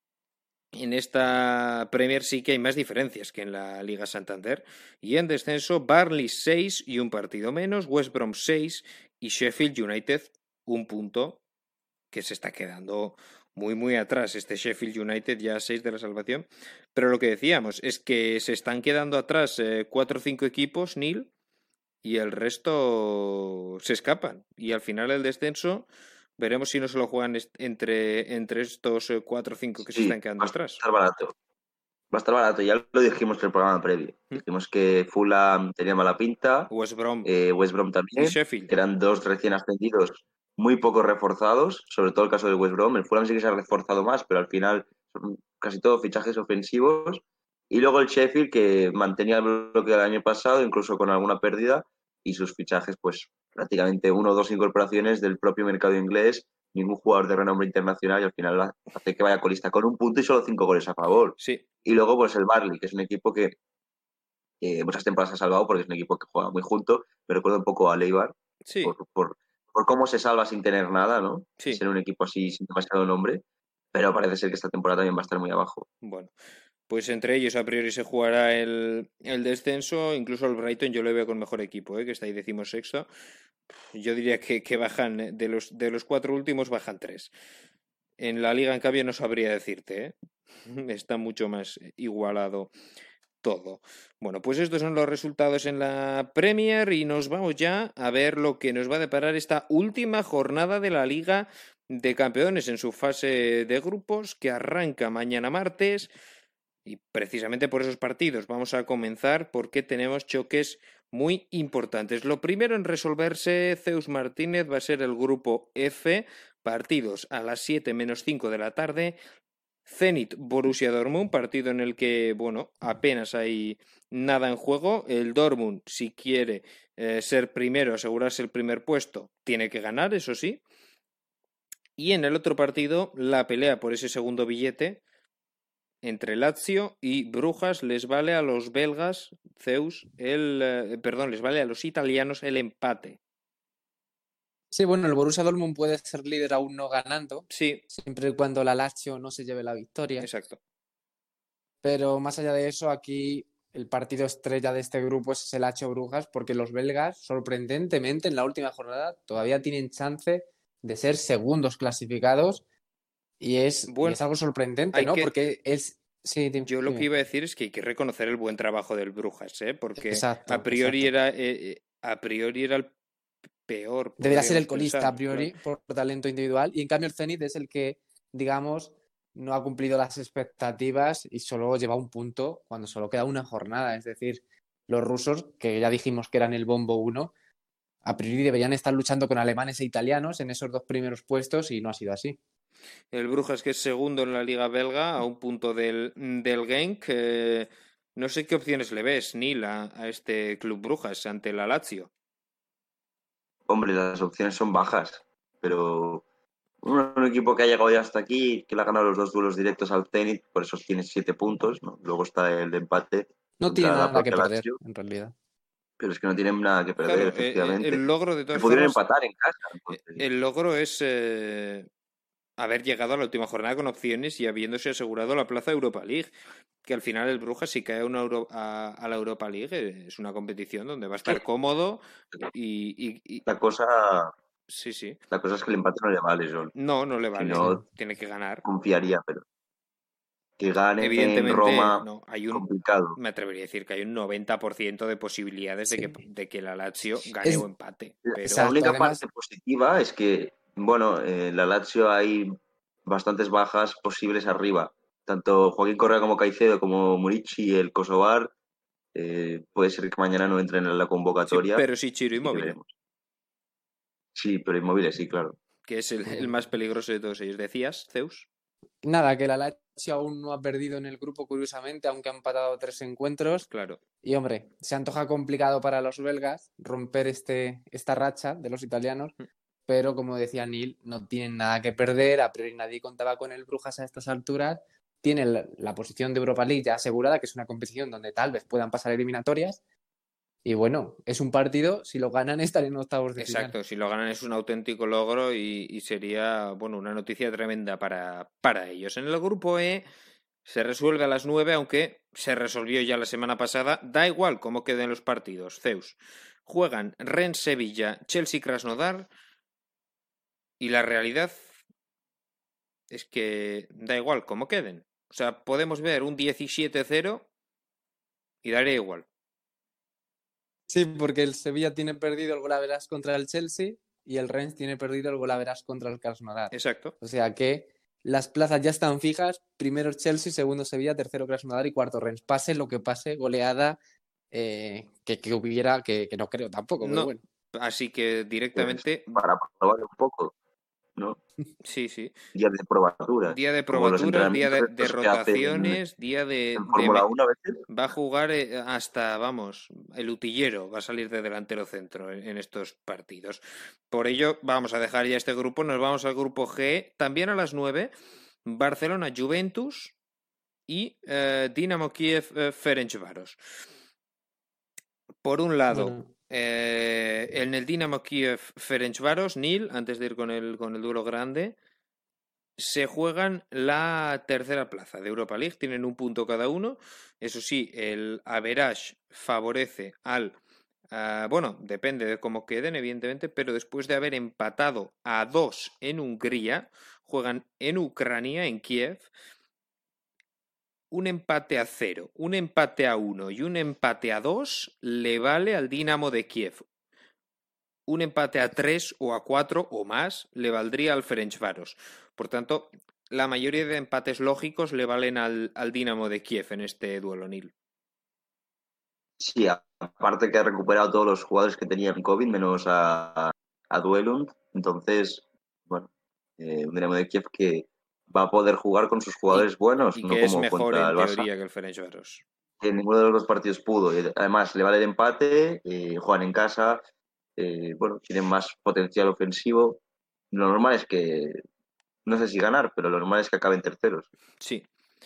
En esta Premier sí que hay más diferencias que en la Liga Santander. Y en descenso, Burnley seis y un partido menos, West Brom seis y Sheffield United un punto, que se está quedando muy, muy atrás este Sheffield United, ya a seis de la salvación. Pero lo que decíamos es que se están quedando atrás eh, cuatro o cinco equipos, Neil, y el resto se escapan. Y al final el descenso, veremos si no se lo juegan est- entre, entre estos eh, cuatro o cinco que se Sí, están quedando va a atrás. estar barato. Va a estar barato, ya lo dijimos en el programa previo. ¿Mm? Dijimos que Fulham tenía mala pinta, West Brom eh, West Brom y también, Sheffield. que eran dos recién ascendidos muy poco reforzados, sobre todo el caso del West Brom. El Fulham sí que se ha reforzado más, pero al final son casi todos fichajes ofensivos. Y luego el Sheffield, que mantenía el bloque del año pasado, incluso con alguna pérdida, y sus fichajes, pues prácticamente uno o dos incorporaciones del propio mercado inglés, ningún jugador de renombre internacional, y al final hace que vaya colista con un punto y solo cinco goles a favor. Sí, Y luego, pues el Barley, que es un equipo que eh, muchas temporadas ha salvado porque es un equipo que juega muy junto. Me recuerda un poco a Leibar sí, por, por, por cómo se salva sin tener nada, ¿no? sí. Ser un equipo así sin demasiado nombre. Pero parece ser que esta temporada también va a estar muy abajo. Bueno, pues entre ellos a priori se jugará el, el descenso. Incluso el Brighton yo lo veo con mejor equipo, ¿eh? Que está ahí decimosexto. Yo diría que, que bajan, eh, de los, de los cuatro últimos bajan tres. En la liga, en cambio, no sabría decirte, ¿eh? Está mucho más igualado todo. Bueno, pues estos son los resultados en la Premier y nos vamos ya a ver lo que nos va a deparar esta última jornada de la Liga de Campeones en su fase de grupos que arranca mañana martes. Y precisamente por esos partidos vamos a comenzar porque tenemos choques muy importantes. Lo primero en resolverse, Zeus Martínez, va a ser el grupo F, partidos a las siete menos cinco de la tarde. Zenit Borussia Dortmund, partido en el que, bueno, apenas hay nada en juego. El Dortmund, si quiere eh, ser primero, asegurarse el primer puesto, tiene que ganar, eso sí. Y en el otro partido, la pelea por ese segundo billete entre Lazio y Brujas les vale a los belgas, Zeus, el, eh, perdón, les vale a los italianos el empate. Sí, bueno, el Borussia Dortmund puede ser líder aún no ganando, Sí, siempre y cuando la Lazio no se lleve la victoria. exacto. Pero más allá de eso, aquí el partido estrella de este grupo es el Lazio Brujas, porque los belgas, sorprendentemente, en la última jornada todavía tienen chance de ser segundos clasificados y es, y Bueno, es algo sorprendente, hay ¿no? que- Porque es... Sí, dime, Yo lo dime. que iba a decir es que hay que reconocer el buen trabajo del Brujas, ¿eh? Porque Exacto, a priori exacto. era eh, eh, a priori era el peor. Debería ser el podríamos colista pensar, a priori claro. por talento individual y en cambio el Zenit es el que, digamos, no ha cumplido las expectativas y solo lleva un punto cuando solo queda una jornada. Es decir, los rusos, que ya dijimos que eran el bombo uno, a priori deberían estar luchando con alemanes e italianos en esos dos primeros puestos y no ha sido así. El Brujas, que es segundo en la liga belga, a un punto del, del Genk. Eh, no sé qué opciones le ves, Neil, a, a este club Brujas ante la Lazio. Hombre, las opciones son bajas, pero un, un equipo que ha llegado ya hasta aquí, que le ha ganado los dos duelos directos al Zenit, por eso tiene siete puntos, ¿no? Luego está el de empate No tiene contra la nada que propia perder, Lazio, en realidad. pero es que no tienen nada que perder, Claro, eh, eh, efectivamente. el logro de Que todas pudieron formas, empatar en casa. eh, Entonces, el logro es eh, haber llegado a la última jornada con opciones y habiéndose asegurado la plaza de Europa League. Que al final el Brujas, si cae a, una Euro- a, a la Europa League, eh, es una competición donde va a estar cómodo y, y- y- la cosa, sí, sí. la cosa es que el empate no le vale, John. No, no le Si vale. Sí. no, Tiene que ganar. confiaría, pero que gane en Evidentemente, Roma, no. Hay un, complicado. me atrevería a decir que hay un noventa por ciento de posibilidades Sí. de, que, de que la Lazio gane Es... o empate. Pero La Exacto, única además, parte positiva es que, bueno, en la Lazio hay bastantes bajas posibles arriba. Tanto Joaquín Correa como Caicedo, como Murici y el Kosovar, eh, puede ser que mañana no entren en la sí, convocatoria, pero sí Chiro así que Inmóvil, veremos. Sí, pero inmóviles, sí, claro. que es el, el más peligroso de todos ellos. ¿Decías, Zeus? nada, que la Lazio aún no ha perdido en el grupo, curiosamente, aunque ha empatado tres encuentros. Claro. Y hombre, se antoja complicado para los belgas romper este, esta racha de los italianos, pero como decía Neil, no tienen nada que perder, a priori nadie contaba con el Brujas a estas alturas, tienen la, la posición de Europa League ya asegurada, que es una competición donde tal vez puedan pasar eliminatorias, y bueno, es un partido, si lo ganan estar en octavos de Exacto, final. si lo ganan es un auténtico logro y, y sería, bueno, una noticia tremenda para, para ellos. En el grupo E se resuelve a las nueve, aunque se resolvió ya la semana pasada. Da igual cómo queden los partidos, Zeus. Juegan Rennes-Sevilla, Chelsea-Krasnodar y la realidad es que da igual cómo queden. O sea, podemos ver un diecisiete cero y daría igual. Sí, porque el Sevilla tiene perdido el golaveras contra el Chelsea y el Rennes tiene perdido el golaveras contra el Krasnodar. Exacto. O sea que las plazas ya están fijas. Primero Chelsea, segundo Sevilla, tercero Krasnodar y cuarto Rennes. Pase lo que pase, goleada eh, que, que hubiera, que, que no creo tampoco, pero No, bueno. así que directamente... Para probar un poco, ¿no? Sí, sí. Días de probaturas. Día de como los probaturas, día de, de entrenamientos que hacen rotaciones, día de... en de Fórmula me- uno a veces. Va a jugar eh, hasta, vamos, el utillero va a salir de delantero centro en, en estos partidos. Por ello, vamos a dejar ya este grupo, nos vamos al grupo G, también a las nueve, Barcelona, Juventus y eh, Dinamo Kiev, eh, Ferencváros. Por un lado, Bueno, eh, en el Dinamo Kiev, Ferencváros, Nil, antes de ir con el, con el duelo grande, se juegan la tercera plaza de Europa League, tienen un punto cada uno. Eso sí, el average favorece al... Uh, bueno, depende de cómo queden, evidentemente, pero después de haber empatado a dos en Hungría, juegan en Ucrania, en Kiev, un empate a cero, un empate a uno y un empate a dos le vale al Dinamo de Kiev. Un empate a tres o a cuatro o más le valdría al Ferencváros. Por tanto, la mayoría de empates lógicos le valen al, al Dinamo de Kiev en este duelo, Nil. Sí, aparte que ha recuperado todos los jugadores que tenían COVID, menos a, a Duelund. Entonces, bueno, eh, un Dinamo de Kiev que va a poder jugar con sus jugadores y, buenos, y no que es como mejor contra en el Barça, teoría que el Ferencváros. que ninguno de los dos partidos pudo. Y además, le vale el empate, eh, juegan en casa, eh, bueno, tienen más potencial ofensivo. Lo normal es que, no sé si ganar, pero lo normal es que acaben terceros. Sí.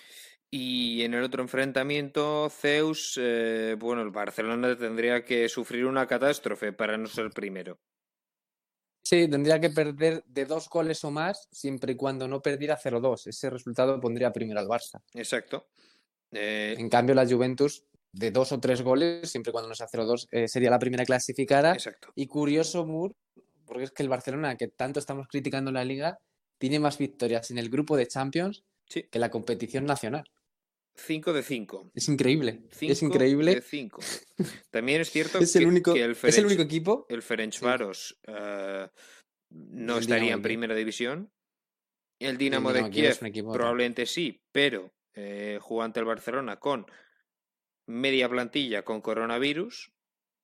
Y en el otro enfrentamiento, Zeus, eh, bueno, el Barcelona tendría que sufrir una catástrofe para no ser primero. sí, tendría que perder de dos goles o más, siempre y cuando no perdiera cero dos. Ese resultado pondría primero al Barça. Exacto. Eh, En cambio, la Juventus, de dos o tres goles, siempre y cuando no sea cero dos, eh, sería la primera clasificada. exacto. Y curioso, Mur, porque es que el Barcelona, que tanto estamos criticando en la Liga, tiene más victorias en el grupo de Champions Sí. que la competición nacional. cinco de cinco. Es increíble. cinco es increíble. de cinco. También es cierto es que, el único, que el, Ferenc, es el único equipo. El Ferencváros sí. uh, no el estaría Dinamo en primera división. El Dinamo, el Dinamo de Kiev, Kiev probablemente sí, pero eh, jugó ante el Barcelona con media plantilla con coronavirus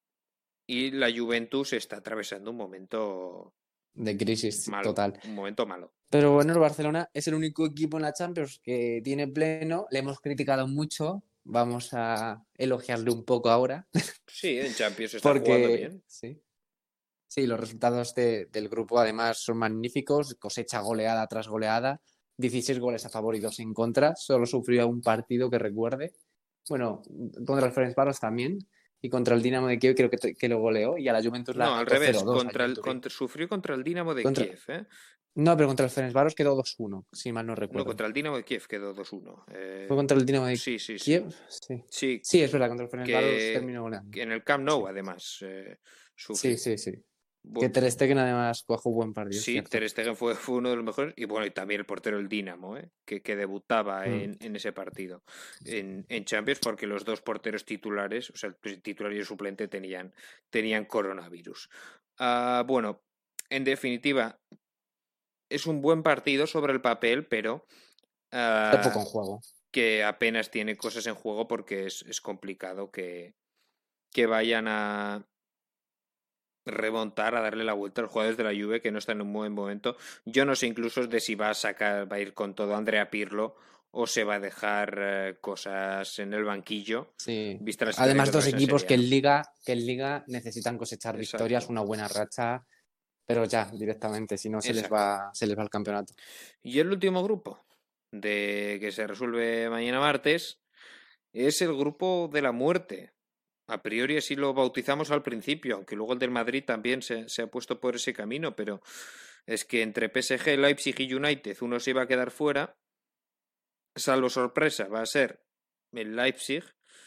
y la Juventus está atravesando un momento de crisis malo, total. Un momento malo. Pero bueno, el Barcelona es el único equipo en la Champions que tiene pleno. Le hemos criticado mucho. Vamos a elogiarle un poco ahora. Sí, en Champions está porque, jugando bien. Sí, sí los resultados de, del grupo además son magníficos. Cosecha goleada tras goleada. dieciséis goles a favor y dos en contra. Solo sufrió un partido que recuerde. Bueno, contra el Ferencváros también. Y contra el Dinamo de Kiev creo que, que lo goleó. Y a la Juventus la No, al anotó revés. cero dos Contra el, contra, sufrió contra el Dinamo de contra... Kiev. ¿eh? No, pero contra el Ferencváros quedó dos uno, si mal no recuerdo. No, contra el Dinamo de Kiev quedó dos uno. Eh... ¿Fue contra el Dinamo de sí, sí, Kiev? Sí. Sí. sí. Sí, es verdad, contra el Ferencváros que... terminó ganando. Que en el Camp Nou, sí. además, eh, sufrió. Sí, sí, sí. Bueno, que Ter Stegen además jugó buen partido. Sí, Ter Stegen fue, fue uno de los mejores. Y bueno, y también el portero del Dinamo, ¿eh? que, que debutaba mm. en, en ese partido en, en Champions, porque los dos porteros titulares, o sea, el titular y el suplente, tenían, tenían coronavirus. Uh, bueno, en definitiva, es un buen partido sobre el papel, pero uh, poco en juego. Que apenas tiene cosas en juego porque es, es complicado que, que vayan a remontar, a darle la vuelta a los jugadores de la Juve que no están en un buen momento. Yo no sé incluso de si va a sacar, va a ir con todo Andrea Pirlo o se va a dejar eh, cosas en el banquillo. Sí. Vista la Además, dos equipos que en Liga, que en Liga necesitan cosechar Exacto. victorias, una buena racha, pero ya directamente, si no se les va, se les va el campeonato. Y el último grupo de que se resuelve mañana martes es el grupo de la muerte. A priori así lo bautizamos al principio, aunque luego el del Madrid también se, se ha puesto por ese camino, pero es que entre P S G, Leipzig y United uno se iba a quedar fuera, salvo sorpresa, va a ser el Leipzig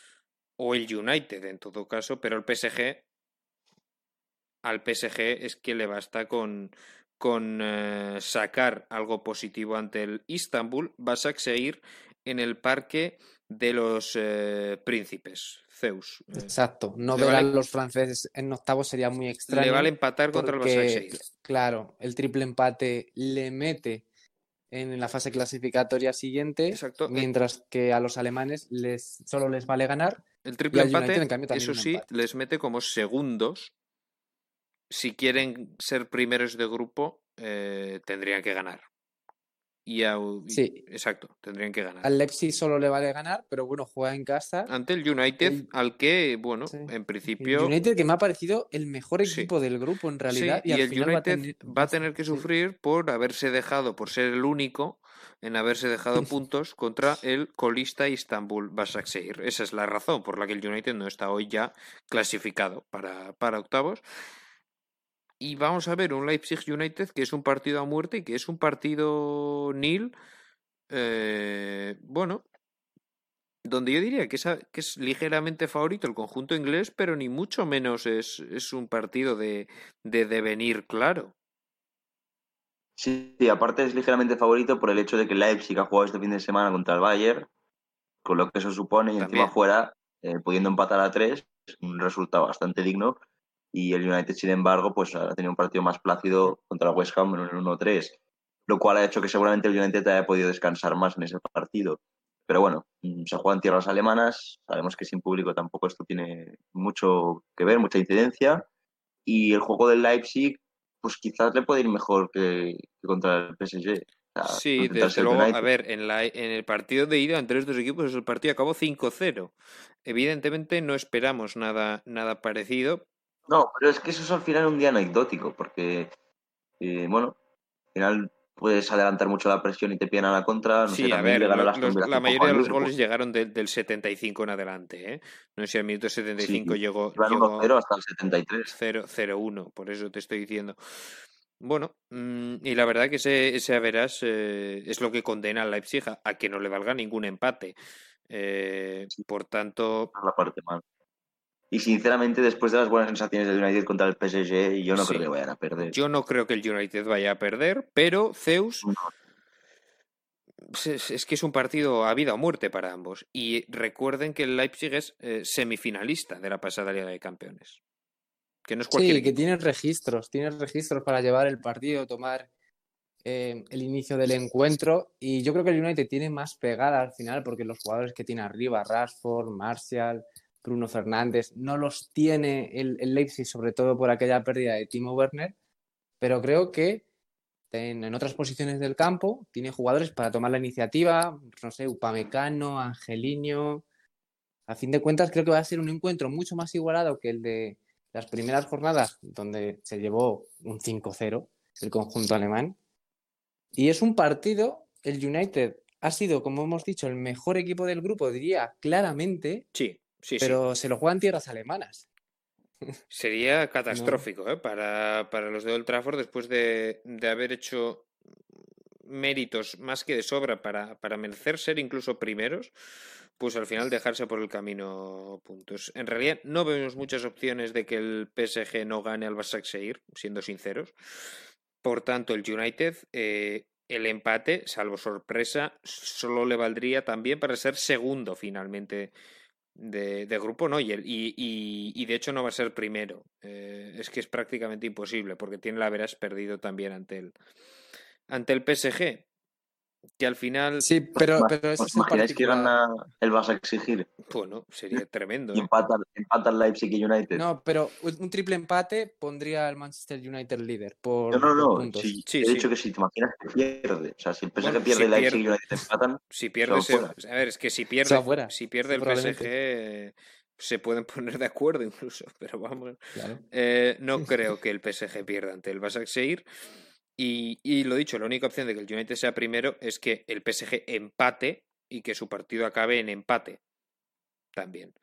o el United en todo caso, pero el P S G, al P S G es que le basta con, con eh, sacar algo positivo ante el Istanbul, Başakşehir en el Parque de los eh, Príncipes, Zeus. Eh, Exacto, no le ver a vale- los franceses en octavos sería muy extraño. Le vale empatar contra el porque, Başakşehir. claro, el triple empate le mete en la fase clasificatoria siguiente, Exacto. mientras que a los alemanes les solo les vale ganar. El Y triple al United, empate, en cambio, también eso un sí, empate. les mete como segundos. Si quieren ser primeros de grupo, eh, tendrían que ganar. Y a- y- Sí. Exacto, tendrían que ganar. Al Leipzig solo le vale ganar, pero bueno, juega en casa. Ante el United, El- al que, bueno, Sí. en El principio... United, que me ha parecido el mejor Sí. equipo del grupo en realidad, Sí, y, y al el final va a United tener, va a tener que sí. sufrir por haberse dejado, por ser el único en haberse dejado puntos contra el colista Istanbul Başakşehir. Esa es la razón por la que el United no está hoy ya clasificado para, para octavos. Y vamos a ver un Leipzig United que es un partido a muerte y que es un partido nil, eh, bueno, donde yo diría que es, a- que es ligeramente favorito el conjunto inglés, pero ni mucho menos es, es un partido de, de devenir claro. Sí, sí, aparte es ligeramente favorito por el hecho de que el Leipzig ha jugado este fin de semana contra el Bayern, con lo que eso supone, y También. encima fuera, eh, pudiendo empatar a tres, un resultado bastante digno. Y el United, sin embargo, pues ha tenido un partido más plácido contra el West Ham en un uno tres, lo cual ha hecho que seguramente el United haya podido descansar más en ese partido. Pero bueno, mm, se juega en tierras alemanas, sabemos que sin público tampoco esto tiene mucho que ver, mucha incidencia. Y el juego del Leipzig, pues quizás le puede ir mejor que, que contra el P S G. O sea, Sí, enfrentarse desde al luego, United. a ver, en, la, en el partido de ida entre estos equipos el partido acabó cinco cero. Evidentemente no esperamos nada, nada parecido. No, pero es que eso es al final un día anecdótico, porque, eh, bueno, al final puedes adelantar mucho la presión y te pillan a la contra. No sé, Sí, a también ver, le ganó lo- la los- Aston Villa la hace poco mayoría al de los Liverpool. goles llegaron de- del setenta y cinco en adelante, ¿eh? No sé si al minuto setenta y Sí, cinco llegó, iban uno llegó cero hasta el setenta y tres. cero cero uno, por eso te estoy diciendo. Bueno, mm, y la verdad que ese, ese average eh, es lo que condena al Leipzig a, a que no le valga ningún empate. Eh, por tanto, Es la parte mal. Y sinceramente, después de las buenas sensaciones del United contra el P S G, yo no creo sí, que vayan a perder. yo no creo que el United vaya a perder, pero Zeus No. es, es que es un partido a vida o muerte para ambos. Y recuerden que el Leipzig es eh, semifinalista de la pasada Liga de Campeones. Que no es cualquier Sí, que equipo. tienes registros, tienes registros para llevar el partido, tomar eh, el inicio del encuentro, y yo creo que el United tiene más pegada al final porque los jugadores que tiene arriba, Rashford, Martial, Bruno Fernández, no los tiene el, el Leipzig, sobre todo por aquella pérdida de Timo Werner, pero creo que en, en otras posiciones del campo tiene jugadores para tomar la iniciativa, no sé, Upamecano, Angelino. A fin de cuentas, creo que va a ser un encuentro mucho más igualado que el de las primeras jornadas, donde se llevó un cinco cero el conjunto alemán. Y es un partido, el United ha sido, como hemos dicho, el mejor equipo del grupo, diría claramente, Sí, sí, pero sí. se lo juegan tierras alemanas. Sería catastrófico, ¿eh? Para, para los de Old Trafford después de, de haber hecho méritos más que de sobra para, para merecer ser incluso primeros, pues al final dejarse por el camino puntos. En realidad no vemos muchas opciones de que el P S G no gane al Başakşehir, siendo sinceros. Por tanto, el United, eh, el empate, salvo sorpresa, solo le valdría también para ser segundo finalmente de, de grupo, ¿no? Y, el, y, y, y de hecho no va a ser primero. Eh, es que es prácticamente imposible porque tiene la veras perdido también ante el, ante el P S G, que al final, Sí, pero, pero ese ¿Os es el imagináis que particular. gana el Barça a exigir bueno, sería tremendo, y ¿eh? empata, empata el Leipzig y United? No, pero un triple empate pondría al Manchester United líder No, por, no, por no. puntos. Si, Sí, he sí. dicho que si te imaginas que pierde. O sea, si el P S G Bueno, pierde si y Leipzig y pierde, United empatan, si se pierde, van se, fuera. a ver, es que si Se pierde, va fuera, si pierde sí, el P S G probablemente. se pueden poner de acuerdo incluso, pero vamos, Claro. eh, no creo que el P S G pierda ante el Başakşehir. Y, y lo dicho, la única opción de que el United sea primero es que el P S G empate y que su partido acabe en empate también.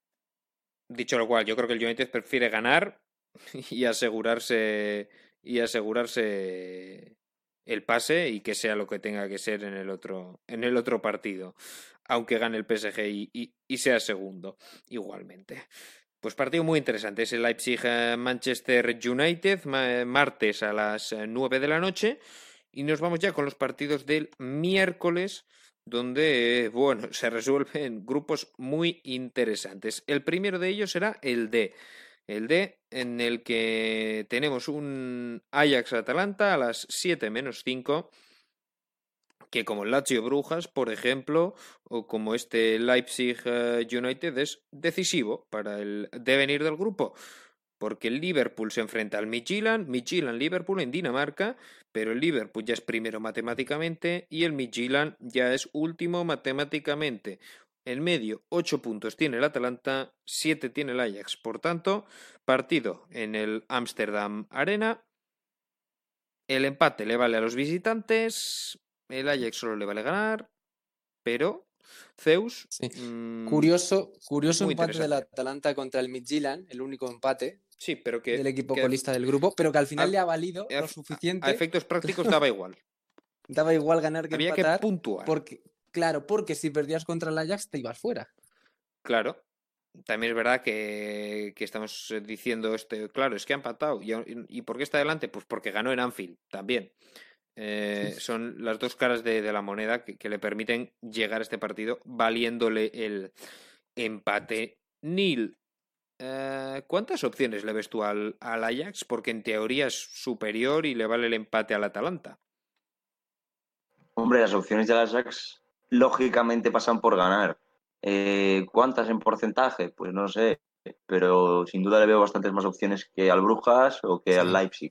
Dicho lo cual, yo creo que el United prefiere ganar y asegurarse y asegurarse el pase y que sea lo que tenga que ser en el otro en el otro partido, aunque gane el P S G y, y, y sea segundo igualmente. Pues partido muy interesante. Es el Leipzig-Manchester United, ma- martes a las eh, nueve de la noche. Y nos vamos ya con los partidos del miércoles, donde, eh, bueno, se resuelven grupos muy interesantes. El primero de ellos será el D. El D, en el que tenemos un Ajax-Atalanta a las siete menos cinco, que como el Lazio Brujas, por ejemplo, o como este Leipzig eh, United, es decisivo para el devenir del grupo, porque el Liverpool se enfrenta al Midtjylland, Midtjylland-Liverpool en Dinamarca, pero el Liverpool ya es primero matemáticamente y el Midtjylland ya es último matemáticamente. En medio, ocho puntos tiene el Atalanta, siete tiene el Ajax. Por tanto, partido en el Amsterdam Arena. El empate le vale a los visitantes, el Ajax solo le vale ganar, pero Zeus... Sí. Mmm, Curioso, curioso muy empate del interesante. Atalanta contra el Midtjylland, el único empate Sí, pero que... del equipo que colista del grupo, pero que al final a- le ha valido a- lo a suficiente. efectos prácticos daba igual. Daba igual ganar que Había que empatar, puntuar. porque, claro, porque si perdías contra el Ajax te ibas fuera. Claro. También es verdad que, que estamos diciendo este, claro, es que ha empatado. ¿Y, y por qué está adelante? Pues porque ganó en Anfield, también. Eh, son las dos caras de, de la moneda que, que le permiten llegar a este partido valiéndole el empate. Neil, eh, ¿cuántas opciones le ves tú al, al Ajax? Porque en teoría es superior y le vale el empate al Atalanta. Hombre, las opciones de las Ajax lógicamente pasan por ganar. Eh, ¿Cuántas en porcentaje? Pues no sé, pero sin duda le veo bastantes más opciones que al Brujas o que Sí. al Leipzig.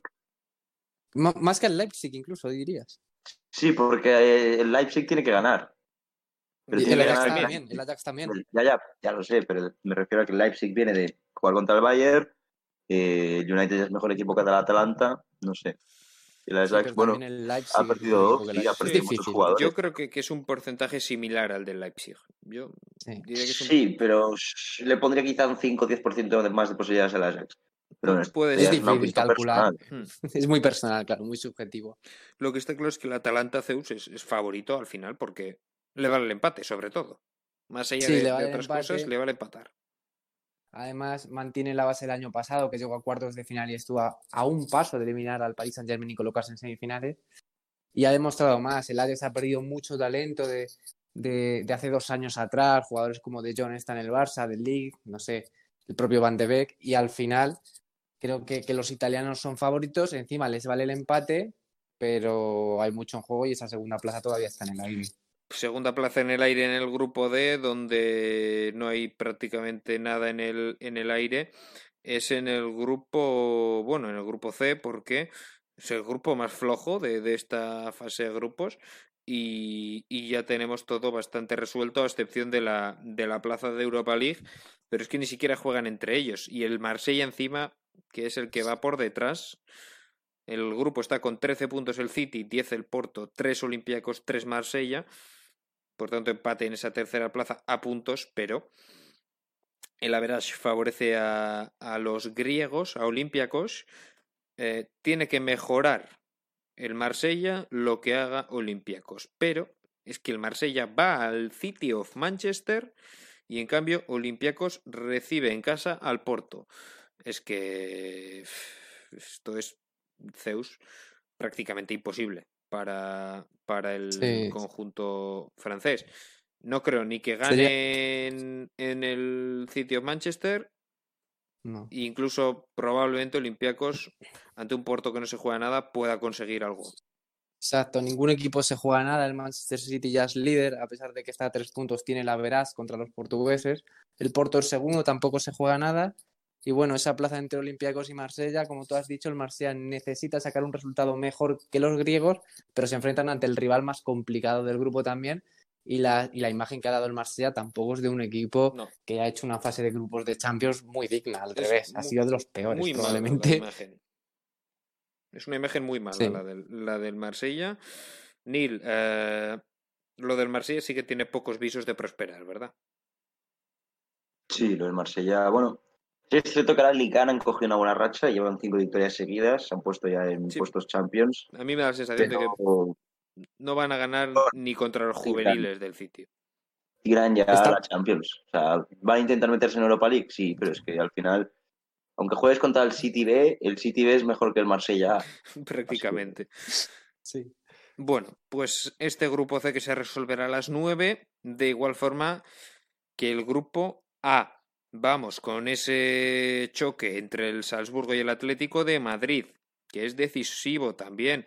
M- más que al Leipzig incluso, dirías. Sí, porque el Leipzig tiene que ganar. Pero Y tiene el que Ajax ganar también, el el Ajax también. Ya, ya, ya lo sé, pero me refiero a que el Leipzig viene de jugar contra el Bayern, eh, el United es mejor equipo que el Atalanta, no sé. Y el Sí, Ajax, pero bueno, también el ha Leipzig es perdido mejor equipo dos que el y ha Ajax. Es perdido muchos difícil. jugadores. Yo creo que, que es un porcentaje similar al del Leipzig. Yo Sí, diría que es un... Sí, pero le pondría quizá un cinco o diez por ciento de más de posibilidades al Ajax. Pero bueno, Puede esto es ya es una difícil opinión calcular. personal. Hmm. Es muy personal, claro, muy subjetivo. Lo que está claro es que el Atalanta Zeus es, es favorito al final porque le vale el empate, sobre todo. Más allá Sí, de, le de vale el otras empate. cosas, le vale empatar. Además, mantiene la base del año pasado, que llegó a cuartos de final y estuvo a, a un paso de eliminar al Paris Saint-Germain y colocarse en semifinales. Y ha demostrado más. El Ajax ha perdido mucho talento de, de, de hace dos años atrás. Jugadores como De Jong está en el Barça, del League, no sé, el propio Van de Beek. Y al final, creo que, que los italianos son favoritos. Encima les vale el empate, pero hay mucho en juego y esa segunda plaza todavía está en el aire. Segunda plaza en el aire en el grupo D, donde no hay prácticamente nada en el, en el aire, es en el grupo, bueno, en el grupo C, porque es el grupo más flojo de, de esta fase de grupos y, y ya tenemos todo bastante resuelto, a excepción de la, de la plaza de Europa League, pero es que ni siquiera juegan entre ellos. Y el Marsella encima, que es el que va por detrás. El grupo está con trece puntos el City, diez el Porto, tres Olympiacos, tres Marsella. Por tanto, empate en esa tercera plaza a puntos, pero el average favorece a, a los griegos, a Olympiacos. Eh, tiene que mejorar el Marsella lo que haga Olympiacos, pero es que el Marsella va al City of Manchester y en cambio Olympiacos recibe en casa al Porto. Es que esto es Zeus prácticamente imposible para, para el Sí. conjunto francés. No creo ni que gane Sería... en, en el City of Manchester, No. incluso probablemente Olympiacos, ante un Porto que no se juega nada, pueda conseguir algo. Exacto, ningún equipo se juega nada. El Manchester City ya es líder, a pesar de que está a tres puntos, tiene la veraz contra los portugueses. El Porto es segundo, tampoco se juega nada. Y bueno, esa plaza entre Olympiacos y Marsella, como tú has dicho, el Marsella necesita sacar un resultado mejor que los griegos, pero se enfrentan ante el rival más complicado del grupo también. Y la, y la imagen que ha dado el Marsella tampoco es de un equipo no. que ha hecho una fase de grupos de Champions muy digna, al Es revés, ha muy, sido de los peores muy probablemente. mala la imagen. Es una imagen muy mala Sí. la, del, la del Marsella. Neil, eh, lo del Marsella sí que tiene pocos visos de prosperar, ¿verdad? Sí, lo del Marsella, bueno, sí es cierto que ahora el Licán han cogido una buena racha, llevan cinco victorias seguidas, se han puesto ya en Sí. puestos Champions. A mí me da la sensación Pero de que no van a ganar ni contra los sí, claro. juveniles del City. aspiran ya Está- a la Champions. O sea, van a intentar meterse en Europa League, sí, pero es que al final, aunque juegues contra el City B, el City B es mejor que el Marsella A. prácticamente. Sí. Bueno, pues este grupo C que se resolverá a las nueve, de igual forma que el grupo A. Vamos con ese choque entre el Salzburgo y el Atlético de Madrid, que es decisivo también.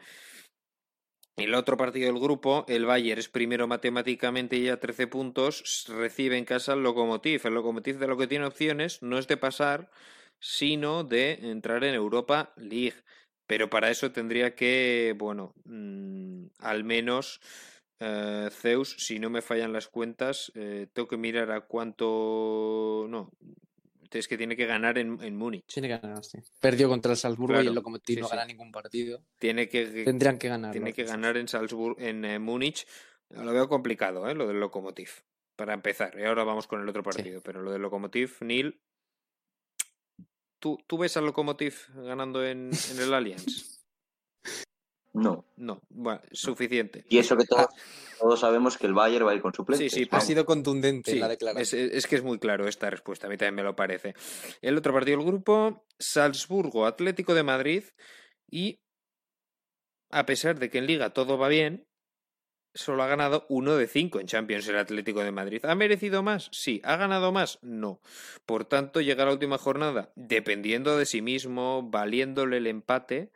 El otro partido del grupo, el Bayern es primero matemáticamente y a trece puntos, recibe en casa al Lokomotiv. El Lokomotiv de lo que tiene opciones no es de pasar, sino de entrar en Europa League. Pero para eso tendría que, bueno, mmm, al menos eh, Zeus, si no me fallan las cuentas, eh, tengo que mirar a cuánto... No, es que tiene que ganar en, en Múnich. Tiene que ganar, sí. Perdió contra el Salzburgo Claro, y el Lokomotiv sí, no sí. gana ningún partido. Tiene que, Tendrían que ganar. tiene los que rusos. ganar en Salzburgo, en eh, Múnich. Lo veo complicado, ¿eh? Lo del Lokomotiv. Para empezar. Y ahora vamos con el otro partido. Sí. Pero lo del Lokomotiv, Neil. ¿Tú, ¿Tú ves al Lokomotiv ganando en, en el Allianz? No. No, bueno, suficiente. Y eso que todos, todos sabemos que el Bayern va a ir con suplentes. Sí, sí, Ha Vamos. sido contundente Sí, la declaración. es, es que es muy claro esta respuesta, a mí también me lo parece. El otro partido del grupo, Salzburgo, Atlético de Madrid, y a pesar de que en Liga todo va bien, solo ha ganado uno de cinco en Champions el Atlético de Madrid. ¿Ha merecido más? Sí. ¿Ha ganado más? No. Por tanto, llega a la última jornada dependiendo de sí mismo, valiéndole el empate,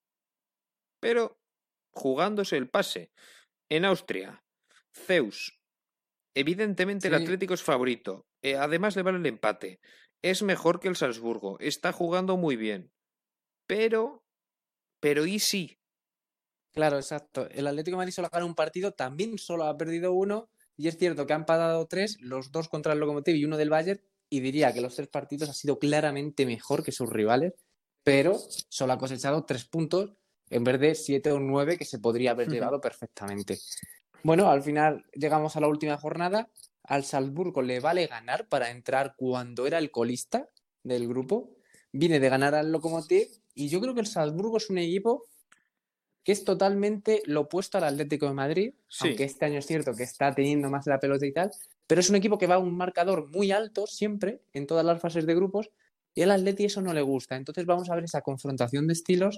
pero jugándose el pase. En Austria, Zeus. Evidentemente el Sí. Atlético es favorito. Eh, además le vale el empate. Es mejor que el Salzburgo. Está jugando muy bien. Pero... Pero ¿y si? Claro, exacto. El Atlético de Madrid solo ha ganado un partido, también solo ha perdido uno. Y es cierto que han empatado tres, los dos contra el Lokomotiv y uno del Bayern. Y diría que los tres partidos ha sido claramente mejor que sus rivales. Pero solo ha cosechado tres puntos en vez de siete o nueve que se podría haber llevado perfectamente. Bueno, al final llegamos a la última jornada. Al Salzburgo le vale ganar para entrar cuando era el colista del grupo. Viene de ganar al Lokomotiv y yo creo que el Salzburgo es un equipo que es totalmente lo opuesto al Atlético de Madrid, Sí. aunque este año es cierto que está teniendo más la pelota y tal, pero es un equipo que va a un marcador muy alto siempre en todas las fases de grupos y al Atleti eso no le gusta. Entonces vamos a ver esa confrontación de estilos.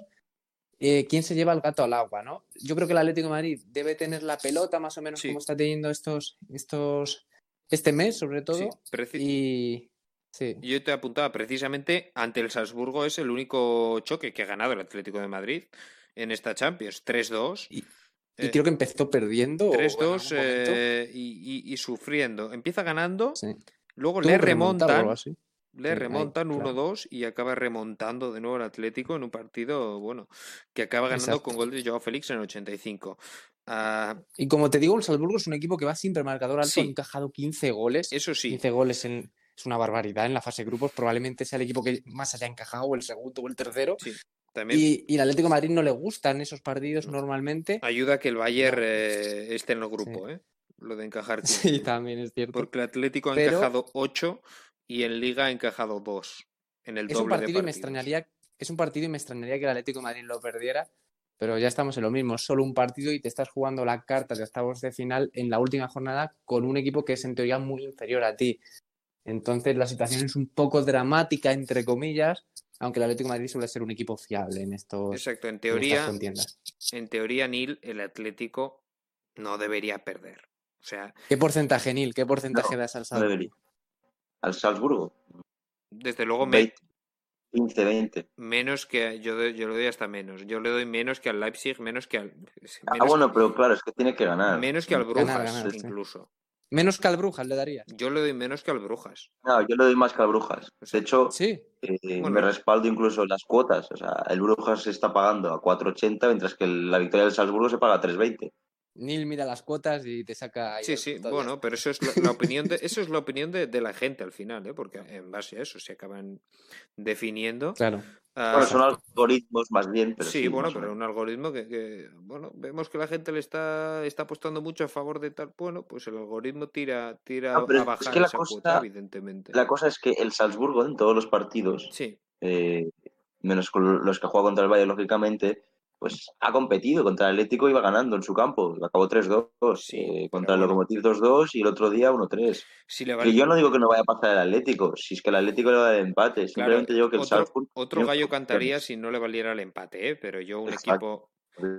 Eh, ¿Quién se lleva el gato al agua, no? Yo creo que el Atlético de Madrid debe tener la pelota más o menos Sí. como está teniendo estos, estos este mes, sobre todo. Sí, preci- Y sí, Yo te apuntaba precisamente ante el Salzburgo, es el único choque que ha ganado el Atlético de Madrid en esta Champions. tres dos. y, y Eh, creo que empezó perdiendo. tres o en dos algún momento. eh, y, y- y sufriendo. Empieza ganando, Sí. luego Tuvo le que remontar o algo remontan, así. le Sí, ahí, remontan claro. uno dos y acaba remontando de nuevo el Atlético en un partido, bueno, que acaba ganando Exacto. con gol de Joao Félix en el ochenta y cinco. Ah, Y como te digo, el Salzburgo es un equipo que va siempre marcador alto, Sí. ha encajado quince goles. eso sí, quince goles en, es una barbaridad en la fase de grupos. Probablemente sea el equipo que más haya encajado, o el segundo o el tercero. sí. También Y, y el Atlético de Madrid no le gustan esos partidos No. normalmente. ayuda a que el Bayern No. eh, esté en el grupo, ¿eh? Lo de encajar quince. Sí, también es cierto. Porque el Atlético ha Pero- encajado ocho y en Liga ha encajado dos. En el Es un doble de partido y me partidos. extrañaría, es un partido y me extrañaría que el Atlético de Madrid lo perdiera, pero ya estamos en lo mismo, solo un partido y te estás jugando la carta de octavos de final en la última jornada con un equipo que es en teoría muy inferior a ti. Entonces la situación es un poco dramática, entre comillas, aunque el Atlético de Madrid suele ser un equipo fiable en estos Exacto, en en estas teoría, contiendas. en teoría, Nil, el Atlético no debería perder. O sea, ¿Qué porcentaje, Nil? ¿Qué porcentaje No, das al No Salzburgo? debería. Al Salzburgo, desde luego me- veinte, quince, veinte. menos que yo, doy- yo le doy hasta menos. Yo le doy menos que al Leipzig, menos que al Ah, menos, bueno, pero claro, es que tiene que ganar. menos que al Ganar, Brujas, ganar, sí. incluso. Menos que al Brujas le darías. Yo le doy menos que al Brujas. No, yo le doy más que al Brujas. De hecho, Sí, eh, Bueno. me respaldo incluso en las cuotas. O sea, el Brujas se está pagando a cuatro ochenta, mientras que la victoria del Salzburgo se paga a tres veinte. Nil mira las cuotas y te saca ahí Sí, el sí, resultado. bueno, pero eso es la, la opinión de, eso es la opinión de, de la gente al final, ¿eh? Porque en base a eso se acaban definiendo. Claro. Ah, Bueno, son algoritmos más bien, pero sí. sí, bueno, más o pero menos. un algoritmo que, que, bueno, vemos que la gente le está, está apostando mucho a favor de tal, bueno, pues el algoritmo tira, tira No, pero a es bajar que la esa cosa- cuota, evidentemente. La cosa es que el Salzburgo en todos los partidos, Sí, eh, menos con los que juega contra el Bayern, lógicamente, pues ha competido contra el Atlético, iba ganando en su campo, acabó tres dos, Sí, eh, pero contra el bueno, Lokomotiv dos dos y el otro día uno tres. si le Que vale, yo no digo que no vaya a pasar el Atlético, si es que el Atlético le va a dar empate, claro, simplemente digo que el otro, Salzburg otro tiene gallo cantaría opciones. si no le valiera el empate, ¿eh? Pero yo un Exacto. equipo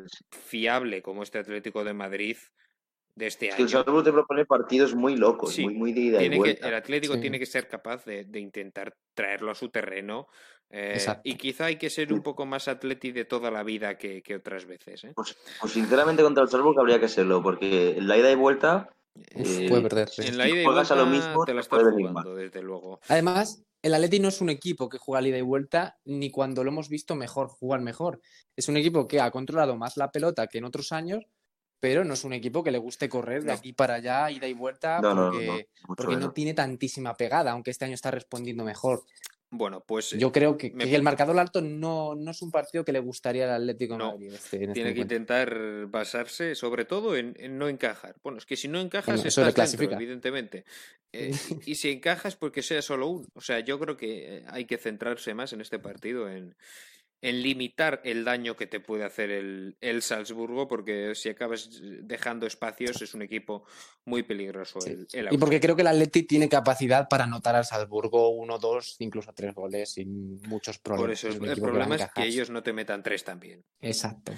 fiable como este Atlético de Madrid de este Es que el año, Salzburg te propone partidos muy locos, muy, sí, muy de ida y tiene que, vuelta. el Atlético Sí, tiene que ser capaz de, de intentar traerlo a su terreno, eh, y exacto. quizá hay que ser un poco más atleti de toda la vida que, que otras veces, ¿eh? Pues, pues sinceramente contra el Salzburg habría que serlo, porque en la ida y vuelta, Uf, En, puede eh, perder, sí. en si la ida y juegas a lo vuelta mismo, te la te estás puede venir mal. jugando, desde luego. Además, el Atleti no es un equipo que juega al ida y vuelta ni cuando lo hemos visto mejor, jugar mejor. Es un equipo que ha controlado más la pelota que en otros años, pero no es un equipo que le guste correr de No. aquí para allá, ida y vuelta, No, no, no, no, porque, mucho porque no menos. tiene tantísima pegada, aunque este año está respondiendo mejor. Bueno, pues Yo creo que, me- que el marcador alto no, no es un partido que le gustaría al Atlético de no. Madrid este, en este Tiene que encuentro. intentar basarse sobre todo en, en no encajar. Bueno, es que si no encajas En- eso le estás dentro, clasifica. evidentemente. Eh, y, y si encajas, pues que sea solo uno. O sea, yo creo que eh, hay que centrarse más en este partido, en, en limitar el daño que te puede hacer el, el Salzburgo, porque si acabas dejando espacios es un equipo muy peligroso Sí. el, el Y porque Austria. creo que el Atleti tiene capacidad para anotar al Salzburgo uno, dos, incluso tres goles sin muchos Por problemas. eso Es es- un el equipo que va a problema es que encajar. ellos no te metan tres también. Exacto.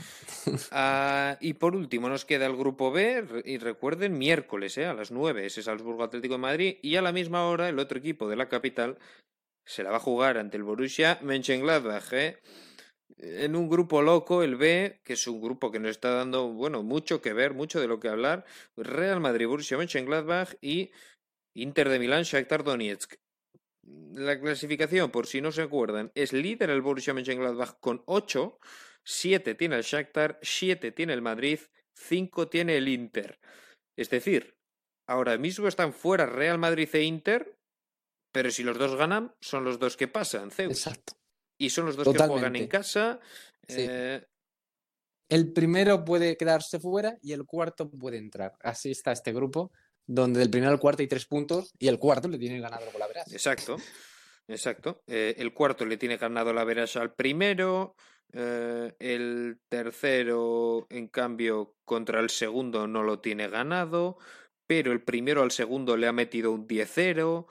Ah, y por último nos queda el grupo B, re- y recuerden, miércoles, ¿eh? A las nueve, ese Salzburgo Atlético de Madrid, y a la misma hora el otro equipo de la capital se la va a jugar ante el Borussia Mönchengladbach, ¿eh? En un grupo loco, el B, que es un grupo que nos está dando, bueno, mucho que ver, mucho de lo que hablar, Real Madrid, Borussia Mönchengladbach y Inter de Milán, Shakhtar Donetsk. La clasificación, por si no se acuerdan, es líder el Borussia Mönchengladbach con ocho, siete tiene el Shakhtar, siete tiene el Madrid, cinco tiene el Inter. Es decir, ahora mismo están fuera Real Madrid e Inter, pero si los dos ganan, son los dos que pasan, Zeus. Exacto. Y son los dos que juegan en Totalmente. casa. Sí. eh, El primero puede quedarse fuera y el cuarto puede entrar. Así está este grupo, donde del primero al cuarto hay tres puntos y el cuarto le tiene ganado el Golaveras. Exacto, exacto. Eh, el cuarto le tiene ganado la veraja al primero. Eh, el tercero, en cambio, contra el segundo no lo tiene ganado. Pero el primero al segundo le ha metido un diez cero.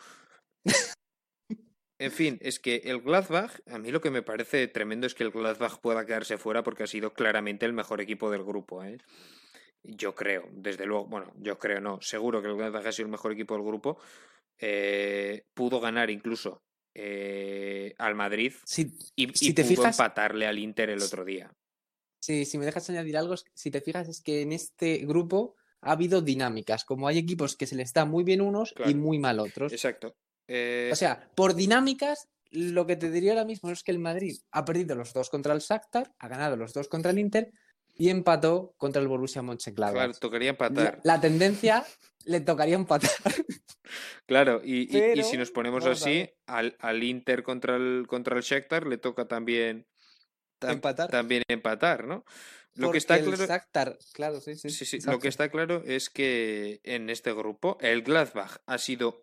En fin, es que el Gladbach, a mí lo que me parece tremendo es que el Gladbach pueda quedarse fuera porque ha sido claramente el mejor equipo del grupo, ¿eh? Yo creo, desde luego, bueno, yo creo no, seguro que el Gladbach ha sido el mejor equipo del grupo. Eh, pudo ganar incluso eh, al Madrid Si, y, si y te pudo fijas, empatarle al Inter el otro día. si, si me dejas añadir algo, si te fijas es que en este grupo ha habido dinámicas, como hay equipos que se les da muy bien unos Claro. y muy mal otros. Exacto. Eh, O sea, por dinámicas, lo que te diría ahora mismo es que el Madrid ha perdido los dos contra el Shakhtar, ha ganado los dos contra el Inter y empató contra el Borussia Mönchengladbach. claro, tocaría La, empatar. la tendencia le tocaría empatar. Claro, y, y- y Pero, si nos ponemos vamos a así, ver. al, al Inter contra el, contra el Shakhtar le toca también, tam- Empatar. también empatar, ¿no? Lo Porque que está el claro, Shakhtar, claro, sí, sí. sí, sí, lo exacto. que está claro es que en este grupo el Gladbach ha sido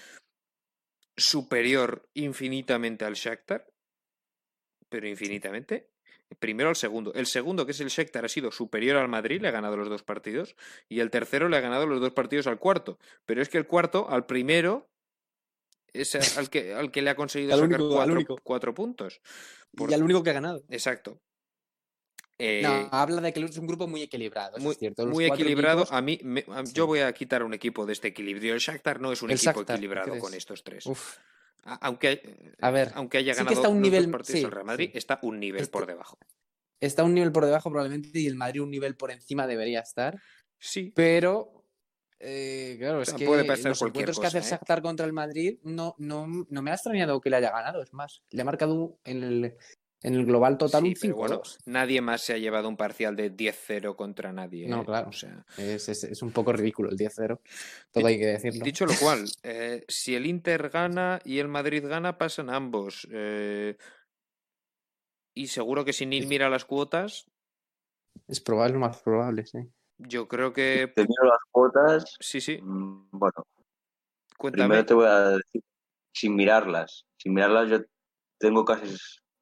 superior infinitamente al Shakhtar, pero infinitamente. Primero al segundo. El segundo, que es el Shakhtar, ha sido superior al Madrid, le ha ganado los dos partidos, y el tercero le ha ganado los dos partidos al cuarto. Pero es que el cuarto, al primero, es al que, al que le ha conseguido Al sacar único, al cuatro, único. cuatro puntos. Por- Y al único que ha ganado. Exacto. No, Eh, habla de que es un grupo muy equilibrado, eso muy es cierto. Los muy cuatro equilibrado. equipos- A mí, me- a- Sí. yo voy a quitar un equipo de este equilibrio. El Shakhtar no es un El equipo Shakhtar, equilibrado ¿crees? con estos tres. Uf. A- Aunque, A ver, aunque haya sí que ganado está un los nivel- dos partidos sí, el Real Madrid, sí. está un nivel Este- por debajo. Está un nivel por debajo probablemente y el Madrid un nivel por encima debería estar, Sí, pero eh, claro, es sea, que puede pasar los cualquier encuentros que hace el cosa, ¿eh? Shakhtar contra el Madrid no, no, no me ha extrañado que le haya ganado, es más, le ha marcado en el, en el global total Sí, un pero cinco bueno, dos. nadie más se ha llevado un parcial de diez cero contra nadie, No, ¿eh? claro. O sea, Es, es- es un poco ridículo el diez cero, todo Di- hay que decirlo. dicho lo cual, eh, si el Inter gana y el Madrid gana, pasan ambos. eh, y seguro que sin ir mira las cuotas, Es probable, lo más probable, sí. yo creo que Te miro las cuotas. sí, sí. mm, Bueno, Cuéntame. primero te voy a decir, sin mirarlas. Sin mirarlas, yo tengo casi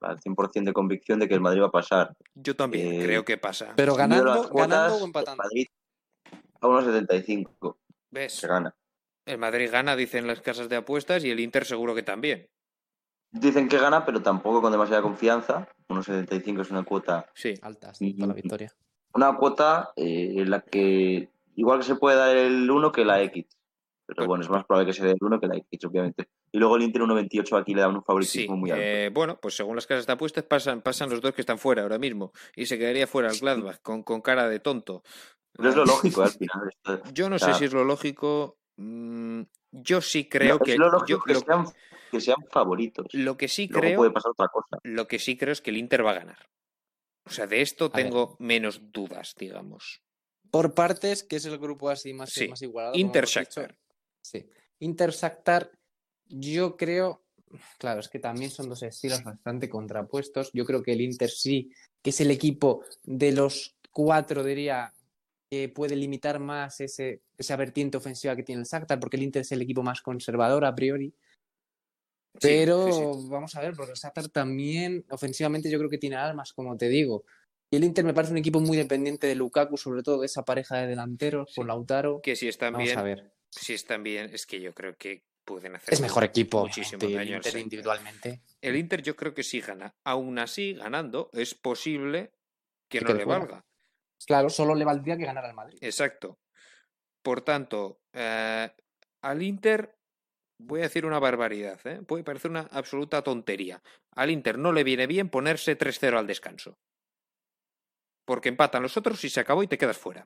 al cien por ciento de convicción de que el Madrid va a pasar. Yo también Eh, creo que pasa. Pero Yo ganando, las cuotas, ganando o el empatando. Madrid a uno setenta y cinco ¿Ves? se gana. El Madrid gana, dicen las casas de apuestas, y el Inter seguro que también. Dicen que gana, pero tampoco con demasiada confianza. uno setenta y cinco es una cuota. Sí. Altas, ¿no? Para la victoria. Una cuota eh, en la que igual que se puede dar el uno que la X. Pero Pues- bueno, es más probable que se dé el uno que la X, obviamente. Y luego el Inter uno veintiocho aquí le da un Sí, favoritismo muy alto. eh, bueno, pues según las casas de apuestas pasan, pasan los dos que están fuera ahora mismo, y se quedaría fuera el Gladbach con, con cara de tonto. Pero es lo lógico, ¿eh? Al final. Esto- Yo no o sea, sé si es lo lógico. mm, yo sí creo no, que es lo lógico yo, que, lo, sean, que sean favoritos. lo que sí Luego creo, puede pasar otra cosa. lo que sí creo es que el Inter va a ganar. O sea, de esto A ver. tengo menos dudas, digamos. Por partes, que es el grupo así más, Sí. más igualado. Inter como hemos dicho. Shakhtar. Sí. Inter Shakhtar, yo creo, claro, es que también son dos estilos bastante contrapuestos. Yo creo que el Inter sí, que es el equipo de los cuatro, diría, que puede limitar más ese, esa vertiente ofensiva que tiene el Shakhtar, porque el Inter es el equipo más conservador a priori. Sí, Pero sí, sí. vamos a ver, porque el Shakhtar también ofensivamente yo creo que tiene armas, como te digo. Y el Inter me parece un equipo muy dependiente de Lukaku, sobre todo de esa pareja de delanteros Sí. con Lautaro. Que si están Vamos bien, a ver. si están bien, es que yo creo que pueden hacer Es mejor equipo, muchísimo obviamente, y el daño al Inter Shakhtar. individualmente. El Inter yo creo que sí gana. Aún así, ganando, es posible que Se no quede le fuera. valga. Claro, solo le valdría que ganara al Madrid. Exacto. Por tanto, eh, al Inter, voy a decir una barbaridad, ¿eh? Puede parecer una absoluta tontería. Al Inter no le viene bien ponerse tres cero al descanso. Porque empatan los otros y se acabó y te quedas fuera.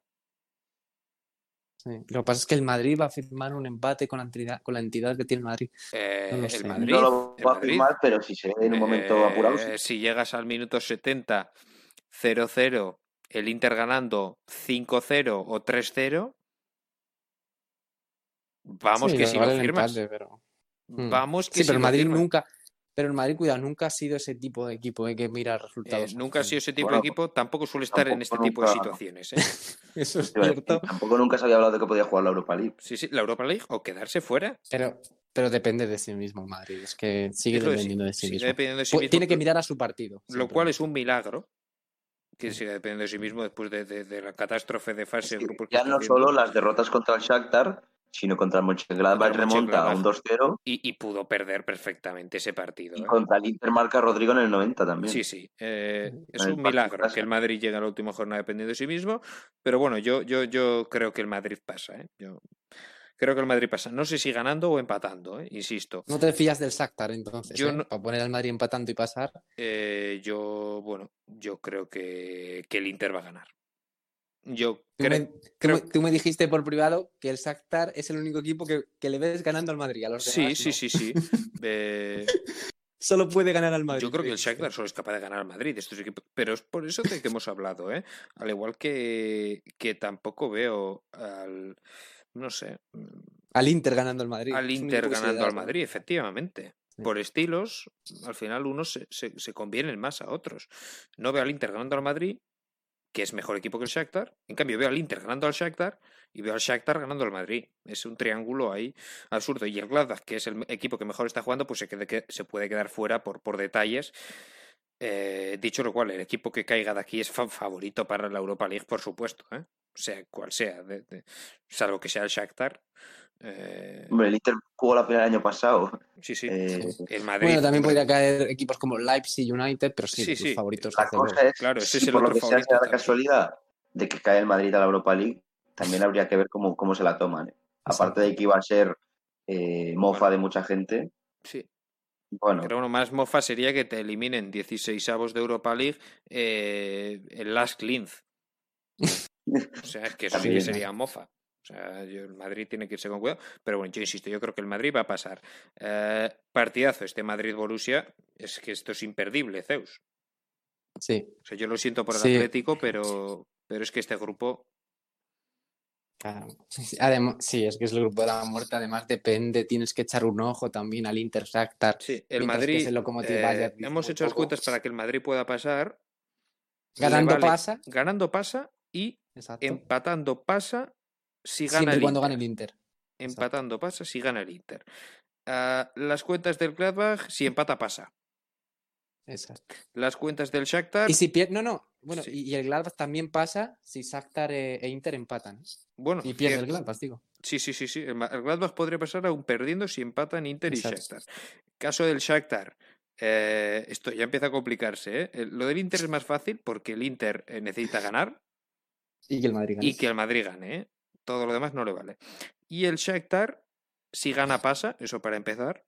Sí. Lo que pasa es que el Madrid va a firmar un empate con la entidad, con la entidad que tiene el Madrid. Eh, No lo el sé. Madrid, No lo el va a Madrid, firmar, pero si se ve en un momento eh, apurado, sí. si llegas al minuto setenta, cero cero, el Inter ganando cinco cero o tres cero, vamos Sí, que le si vale lo el firmas. empate, pero... Hmm. Vamos que Sí, si pero el lo Madrid firmas. nunca... Pero el Madrid, cuidado, nunca ha sido ese tipo de equipo eh, que mira Eh, resultados. nunca ha sido ese tipo Bueno, de equipo, tampoco suele estar en este tampoco tipo de nunca- situaciones. ¿eh? Eso es Te iba a decir, cierto. tampoco nunca se había hablado de que podía jugar la Europa League. Sí, sí, la Europa League o quedarse fuera. Pero, pero depende de sí mismo el Madrid. Es que sigue Es lo de dependiendo sí- de sí sigue mismo. dependiendo de sí Pu- mismo, Tiene que lo- mirar a su partido. Lo cual es simplemente. un milagro que Mm. siga dependiendo de sí mismo después de, de- de la catástrofe de fase Es de que grupos que ya está no haciendo. solo las derrotas contra el Shakhtar, sino contra el Mönchengladbach Contra el remonta a un Mönchengladbach. dos cero Y, y pudo perder perfectamente ese partido. y ¿eh? contra el Inter marca Rodrigo en el noventa también. Sí, sí. eh, es En el un partido milagro casa. que el Madrid llegue a la última jornada dependiendo de sí mismo. Pero bueno, yo, yo, yo creo que el Madrid pasa. ¿eh? Yo creo que el Madrid pasa. No sé si ganando o empatando, ¿eh? Insisto. No te fías del Shakhtar, entonces, Yo ¿eh? no- Para poner al Madrid empatando y pasar. Eh, yo, bueno, yo creo que, que el Inter va a ganar. Yo Tú cre- me, tú creo... me- tú me dijiste por privado que el Shakhtar es el único equipo que, que le ves ganando al Madrid. A los Sí, demás, sí, no. sí, sí. Eh, Solo puede ganar al Madrid. yo creo me que el dijiste. Shakhtar solo es capaz de ganar al Madrid de estos equipos, pero es por eso de que hemos hablado, ¿eh? Al igual que, que tampoco veo al, no sé, Al Inter ganando al Madrid. al Es un Inter equipo que se ganando da, al Madrid, efectivamente. Sí. Por estilos, al final unos se, se, se convienen más a otros. No veo al Inter ganando al Madrid, que es mejor equipo que el Shakhtar. En cambio, veo al Inter ganando al Shakhtar y veo al Shakhtar ganando al Madrid. Es un triángulo ahí absurdo. Y el Gladbach, que es el equipo que mejor está jugando, pues se, quede, que, se puede quedar fuera por, por detalles. Eh, dicho lo cual, el equipo que caiga de aquí es fa favorito para la Europa League, por supuesto, ¿eh? Sea cual sea, de, de, salvo que sea el Shakhtar. Eh... Hombre, el Inter jugó la final el año pasado. Sí, sí. Eh, el Madrid. Bueno, también hombre, podría caer equipos como Leipzig United, pero sí, Sí, los sí. favoritos la hace cosa dos. es, Claro, ese si es el por lo otro que sea favorito sea la también. casualidad de que cae el Madrid a la Europa League, también habría que ver cómo, cómo se la toman. ¿eh? Aparte de que iba a ser eh, mofa Bueno. de mucha gente. Sí. Bueno, Creo uno más mofa sería que te eliminen dieciseisavos de Europa League eh, el Last Linz. O sea, es que eso sí que También. sería mofa. O sea, yo, el Madrid tiene que irse con cuidado. Pero bueno, yo insisto, yo creo que el Madrid va a pasar. Eh, partidazo este Madrid-Borussia. Es que esto es imperdible, Zeus. Sí. O sea, yo lo siento por el Sí. Atlético, pero, pero es que este grupo... Claro. Además, sí, es que es el grupo de la muerte. Además, depende, tienes que echar un ojo también al Inter Shakhtar. Sí, el mientras Madrid... que ese Lokomotiv eh, Bayer dice hemos muy hecho las poco. cuentas para que el Madrid pueda pasar. Ganando Le vale- pasa. Ganando pasa y Exacto. empatando pasa si gana Siempre el y cuando Inter. gane el Inter. Empatando pasa si gana el Inter. Uh, las cuentas del Gladbach, si empata pasa. Exacto. Las cuentas del Shakhtar... Y si pierde... No, no. Bueno, Sí. y, y el Gladbach también pasa si Shakhtar e, e Inter empatan. Bueno, y pierde cierto. el Gladbach, digo. Sí, sí, sí, sí. El Gladbach podría pasar aún perdiendo si empatan Inter Exacto. y Shakhtar. Caso del Shakhtar, eh, esto ya empieza a complicarse. ¿eh? Lo del Inter es más fácil porque el Inter eh, necesita ganar y que el Madrid gane. y que el Madrid gane. ¿eh? Todo lo demás no le vale. Y el Shakhtar, si gana pasa, eso para empezar.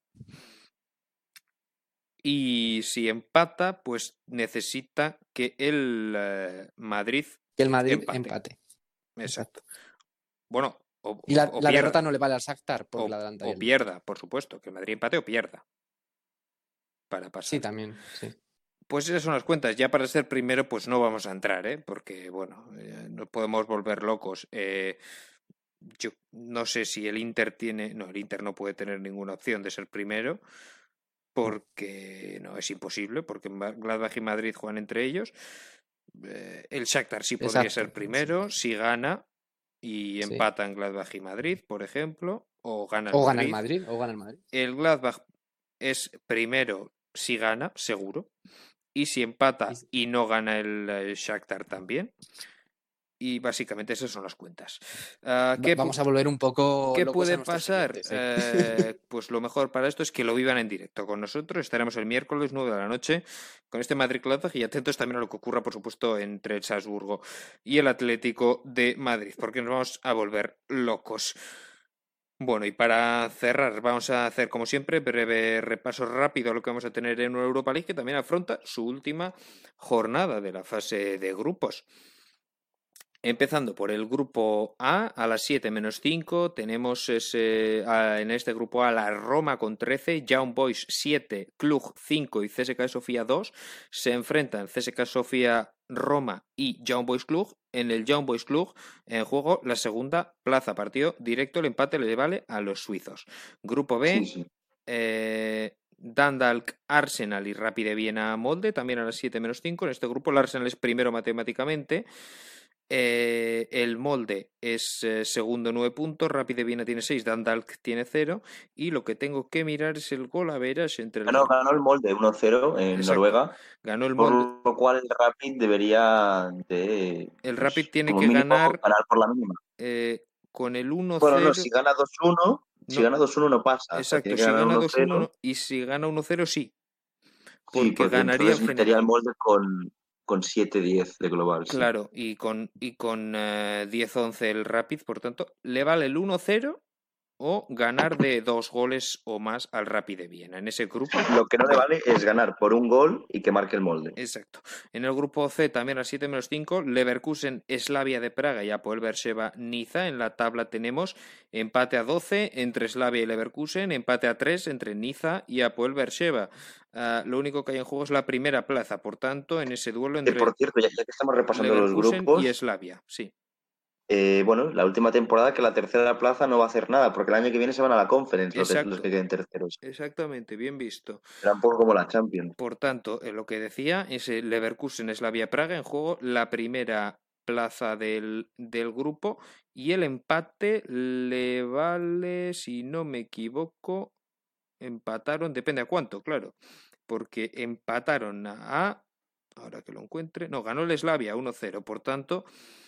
Y si empata, pues necesita que el eh, Madrid que el Madrid empate. empate. Exacto. Exacto. Bueno, o, y la, o la pierda. derrota no le vale al Shakhtar porque o, la adelanta o pierda, por supuesto, que el Madrid empate o pierda para pasar. Sí, también, sí. Pues esas son las cuentas. Ya para ser primero, pues no vamos a entrar, ¿eh? Porque, bueno, eh, no podemos volver locos. Eh, yo no sé si el Inter tiene... No, el Inter no puede tener ninguna opción de ser primero porque no, es imposible, porque Gladbach y Madrid juegan entre ellos. Eh, el Shakhtar sí podría Exacto, ser primero exacto. si gana y Sí. empatan Gladbach y Madrid, por ejemplo, o gana el O Madrid. gana el Madrid, o gana el Madrid. El Gladbach es primero si gana, seguro. Y si empata y no gana el, el Shakhtar también. Y básicamente esas son las cuentas. Uh, ¿qué Vamos a volver un poco ¿Qué locos puede a nuestros pasar? oyentes, ¿eh? Eh, pues lo mejor para esto es que lo vivan en directo con nosotros. Estaremos el miércoles nueve de la noche con este Madrid-Gladbach y atentos también a lo que ocurra, por supuesto, entre el Salzburgo y el Atlético de Madrid, porque nos vamos a volver locos. Bueno, y para cerrar, vamos a hacer, como siempre, breve repaso rápido a lo que vamos a tener en Europa League, que también afronta su última jornada de la fase de grupos. Empezando por el grupo A, a las siete menos cinco, tenemos ese, a, en este grupo A la Roma con trece, Young Boys siete, Cluj cinco y C S K A Sofía dos. Se enfrentan C S K A Sofía Roma y Young Boys Cluj. En el Young Boys Cluj en juego la segunda plaza, partido directo, el empate le vale a los suizos. Grupo B, sí, sí. Eh, Dundalk, Arsenal y Rapid Viena Molde, también a las siete menos cinco. En este grupo el Arsenal es primero matemáticamente. Eh, el Molde es eh, segundo, nueve puntos, Rapid Viena tiene seis, Dundalk tiene cero, y lo que tengo que mirar es el gol a veras entre el... Ganó, ganó el Molde uno cero en Exacto. Noruega, ganó el por Molde. lo cual el Rapid debería de, el pues, Rapid tiene como que mínimo, ganar, ganar por la mínima. Eh, con el uno cero... Bueno, no, si gana dos uno, no, si gana dos uno no pasa. Exacto, o sea, si gana dos uno no, y si gana uno cero sí. Porque, sí, porque ganaría entonces metería el Molde con... con siete diez de global. Claro, sí. y con, y con uh, diez once el Rapid, por tanto, le vale el uno cero o ganar de dos goles o más al Rapid de Viena. En ese grupo... Lo que no le vale es ganar por un gol y que marque el Molde. Exacto. En el grupo C, también a siete menos cinco, Leverkusen, Slavia de Praga y Apoel Beersheva, Niza. En la tabla tenemos empate a doce entre Slavia y Leverkusen, empate a tres entre Niza y Apoel Beersheva. Uh, lo único que hay en juego es la primera plaza, por tanto, en ese duelo entre... Que, por cierto, ya, ya que estamos repasando Leverkusen los grupos... y Slavia, sí. Eh, bueno, la última temporada que la tercera plaza no va a hacer nada, porque el año que viene se van a la Conference los, de, los que queden terceros. Exactamente, bien visto. Será un poco como la Champions. Por tanto, eh, lo que decía es el Leverkusen Slavia Praga en juego la primera plaza del, del grupo y el empate le vale, si no me equivoco, empataron, depende a cuánto, claro, porque empataron a, ahora que lo encuentre, no, ganó el Slavia uno cero, por tanto...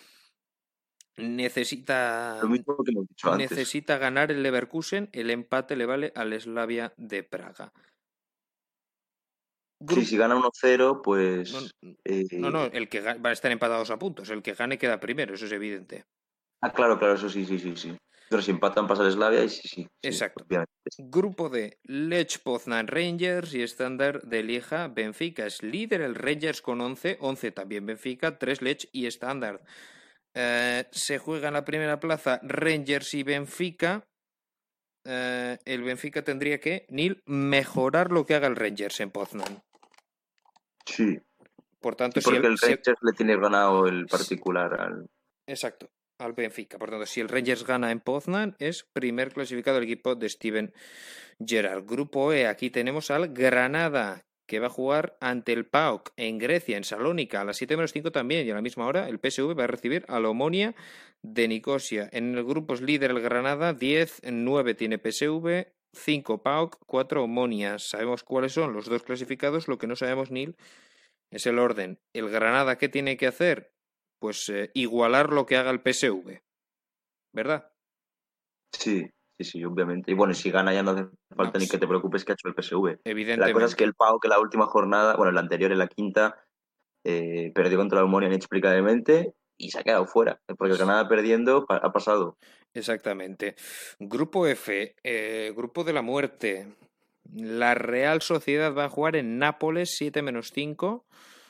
Necesita, Lo mismo que hemos dicho antes. necesita ganar el Leverkusen, el empate le vale al Slavia de Praga. Grupo... Sí, si gana uno cero, pues... No, eh... no, no, el que va a estar empatados a puntos, el que gane queda primero, eso es evidente. Ah, claro, claro, eso sí, sí, sí, sí. Pero si empatan pasa el Slavia y sí, sí. Exacto. Sí, grupo D, Lech Poznan Rangers y Standard de Lieja Benfica. Es líder el Rangers con once, once también Benfica, tres Lech y Standard. Uh, se juega en la primera plaza Rangers y Benfica. Uh, el Benfica tendría que, Neil, mejorar lo que haga el Rangers en Poznan. Sí. Por tanto, sí, porque si el, el Rangers si el... le tiene ganado el particular al... Exacto, al Benfica. Por tanto, si el Rangers gana en Poznan, es primer clasificado el equipo de Steven Gerrard. Grupo E, aquí tenemos al Granada, que va a jugar ante el P A O K en Grecia, en Salónica, a las siete menos cinco también, y a la misma hora el P S V va a recibir a la Omonia de Nicosia. En el grupo es líder el Granada, diez, nueve tiene P S V, cinco P A O K, cuatro Omonia. Sabemos cuáles son los dos clasificados, lo que no sabemos, Neil, es el orden. ¿El Granada qué tiene que hacer? Pues eh, igualar lo que haga el P S V, ¿verdad? Sí, sí, sí, obviamente. Y bueno, si gana ya no hace falta No, ni que te preocupes que ha hecho el P S V. evidentemente. La cosa es que el P A O K en la última jornada, bueno, en la anterior, en la quinta, eh, perdió contra el Omonia inexplicablemente y se ha quedado fuera, porque el Granada perdiendo pa- ha pasado. Exactamente. Grupo F, eh, Grupo de la Muerte. La Real Sociedad va a jugar en Nápoles, siete menos cinco.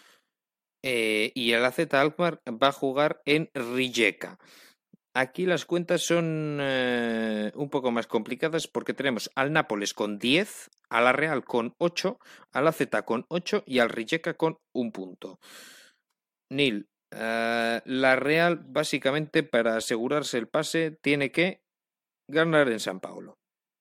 Eh, y el A Z Alkmaar va a jugar en Rijeka. Aquí las cuentas son eh, un poco más complicadas porque tenemos al Nápoles con diez, a la Real con ocho, al A Z con ocho y al Rijeka con un punto. Neil, uh, la Real básicamente para asegurarse el pase tiene que ganar en San Paulo.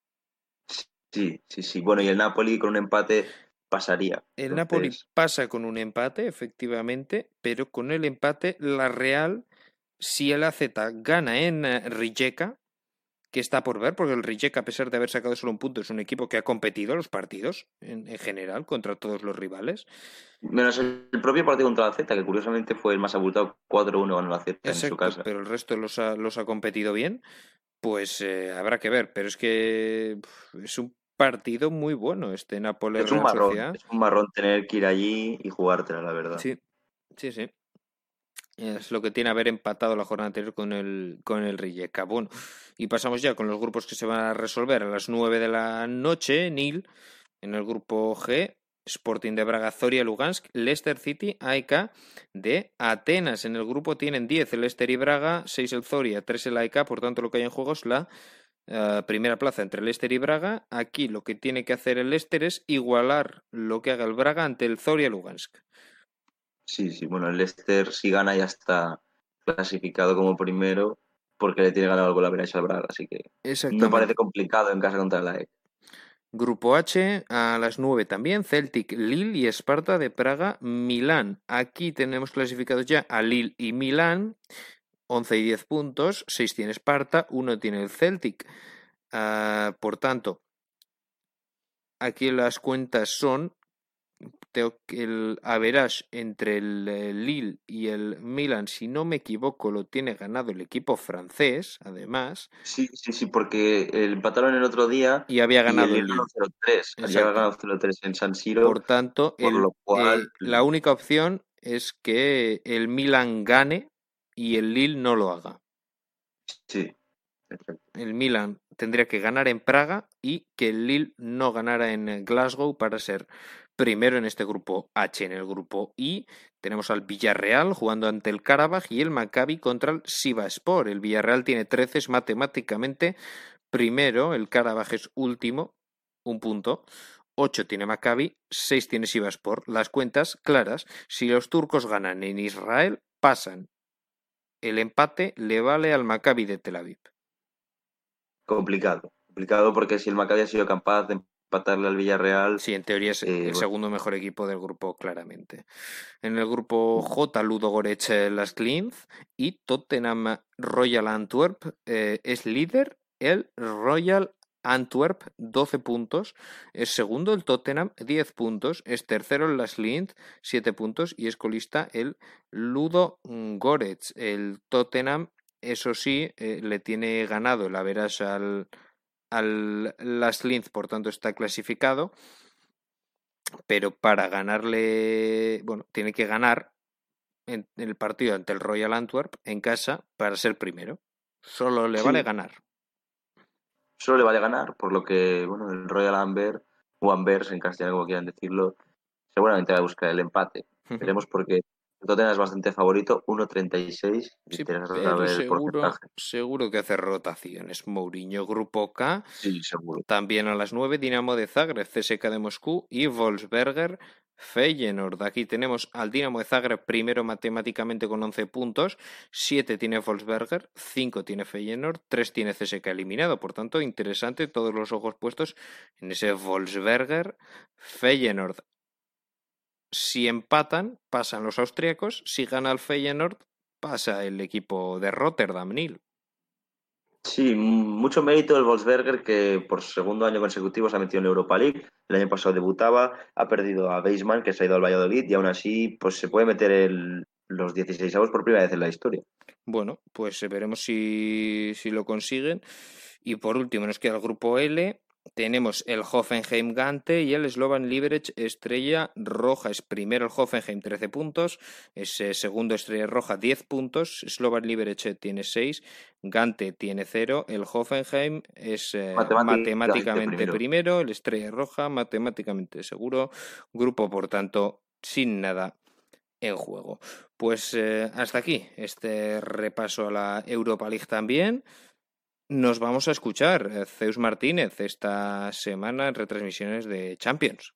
Sí, sí, sí. Bueno, y el Napoli con un empate pasaría. El Entonces... Napoli pasa con un empate, efectivamente, pero con el empate la Real, si el A Z gana en Rijeka, que está por ver, porque el Rijeka, a pesar de haber sacado solo un punto, es un equipo que ha competido los partidos en, en general contra todos los rivales. Menos el, el propio partido contra la Z, que curiosamente fue el más abultado, cuatro uno ganó la Z en su Exacto, casa. pero el resto los ha, los ha competido bien, pues eh, habrá que ver, pero es que pff, es un partido muy bueno este Nápoles Es un Real marrón, Sociedad. es un marrón tener que ir allí y jugártela, la verdad. Sí, sí, sí. Es lo que tiene haber empatado la jornada anterior con el, con el Rijeka. Bueno, y pasamos ya con los grupos que se van a resolver a las nueve de la noche. Nil, en el grupo G, Sporting de Braga, Zoria, Lugansk, Leicester City, A E K de Atenas. En el grupo tienen diez el Leicester y Braga, seis el Zoria, tres el A E K. Por tanto, lo que hay en juego es la uh, primera plaza entre Leicester y Braga. Aquí lo que tiene que hacer el Leicester es igualar lo que haga el Braga ante el Zoria Lugansk. Sí, sí, bueno, el Leicester si gana ya está clasificado como primero porque le tiene ganado algo la Benacha al Braga, así que no parece complicado en casa contra la A E K. Grupo H, a las nueve también, Celtic, Lille y Esparta de Praga, Milán. Aquí tenemos clasificados ya a Lille y Milán, once y diez puntos, seis tiene Esparta, uno tiene el Celtic. Uh, por tanto, aquí las cuentas son el average entre el Lille y el Milan, si no me equivoco, lo tiene ganado el equipo francés, además. Sí, sí, sí, porque el empataron el otro día y había ganado y el Lille. cero tres. Había ganado cero tres en San Siro. Por tanto, por el, lo cual... eh, la única opción es que el Milan gane y el Lille no lo haga. Sí, perfecto. El Milan tendría que ganar en Praga y que el Lille no ganara en Glasgow para ser primero en este grupo H. En el grupo I tenemos al Villarreal jugando ante el Karabaj y el Maccabi contra el Sivasspor. El Villarreal tiene trece, es matemáticamente primero, el Karabaj es último, un punto. ocho tiene Maccabi, seis tiene Sivasspor. Las cuentas claras. Si los turcos ganan en Israel, pasan. El empate le vale al Maccabi de Tel Aviv. Complicado. Complicado porque si el Maccabi ha sido capaz de empatarle al Villarreal... Sí, en teoría es eh, el bueno. segundo mejor equipo del grupo, claramente. En el grupo J, Ludogorets Las Linz y Tottenham Royal Antwerp eh, es líder el Royal Antwerp, doce puntos, es segundo el Tottenham, diez puntos, es tercero el Las Linz, siete puntos y es colista el Ludogorets. El Tottenham, eso sí, eh, le tiene ganado el average al, al Las Linz, por tanto está clasificado, pero para ganarle, bueno, tiene que ganar en el partido ante el Royal Antwerp en casa para ser primero. Solo le Sí. vale ganar. Solo le vale ganar, por lo que, bueno, el Royal Amber, o Ambers en castellano, como quieran decirlo, seguramente va a buscar el empate. Veremos porque el Tottenham es bastante favorito, uno treinta y seis. Sí, pero seguro, seguro que hace rotaciones. Mourinho, Grupo K. Sí, seguro. También a las nueve, Dinamo de Zagreb, C S K de Moscú y Wolfsberger, Feyenoord. Aquí tenemos al Dinamo de Zagreb primero matemáticamente con once puntos, siete tiene Wolfsberger, cinco tiene Feyenoord, tres tiene C S K eliminado. Por tanto, interesante, todos los ojos puestos en ese Wolfsberger, Feyenoord. Si empatan, pasan los austríacos. Si gana el Feyenoord, pasa el equipo de Rotterdam, Nil. Sí, mucho mérito del Wolfsberger, que por segundo año consecutivo se ha metido en Europa League. El año pasado debutaba, ha perdido a Beisman, que se ha ido al Valladolid, y aún así pues se puede meter el, los dieciséis por primera vez en la historia. Bueno, pues veremos si, si lo consiguen. Y por último nos queda el grupo L. Tenemos el Hoffenheim Gante y el Slovan Liberec Estrella Roja. Es primero el Hoffenheim, trece puntos. Es eh, segundo Estrella Roja, diez puntos. Slovan Liberec tiene seis. Gante tiene cero. El Hoffenheim es eh, Matemáticamente, matemáticamente primero. primero. El Estrella Roja matemáticamente seguro. Grupo, por tanto, sin nada en juego. Pues eh, hasta aquí este repaso a la Europa League también. Nos vamos a escuchar eh, Zeus Martínez esta semana en retransmisiones de Champions.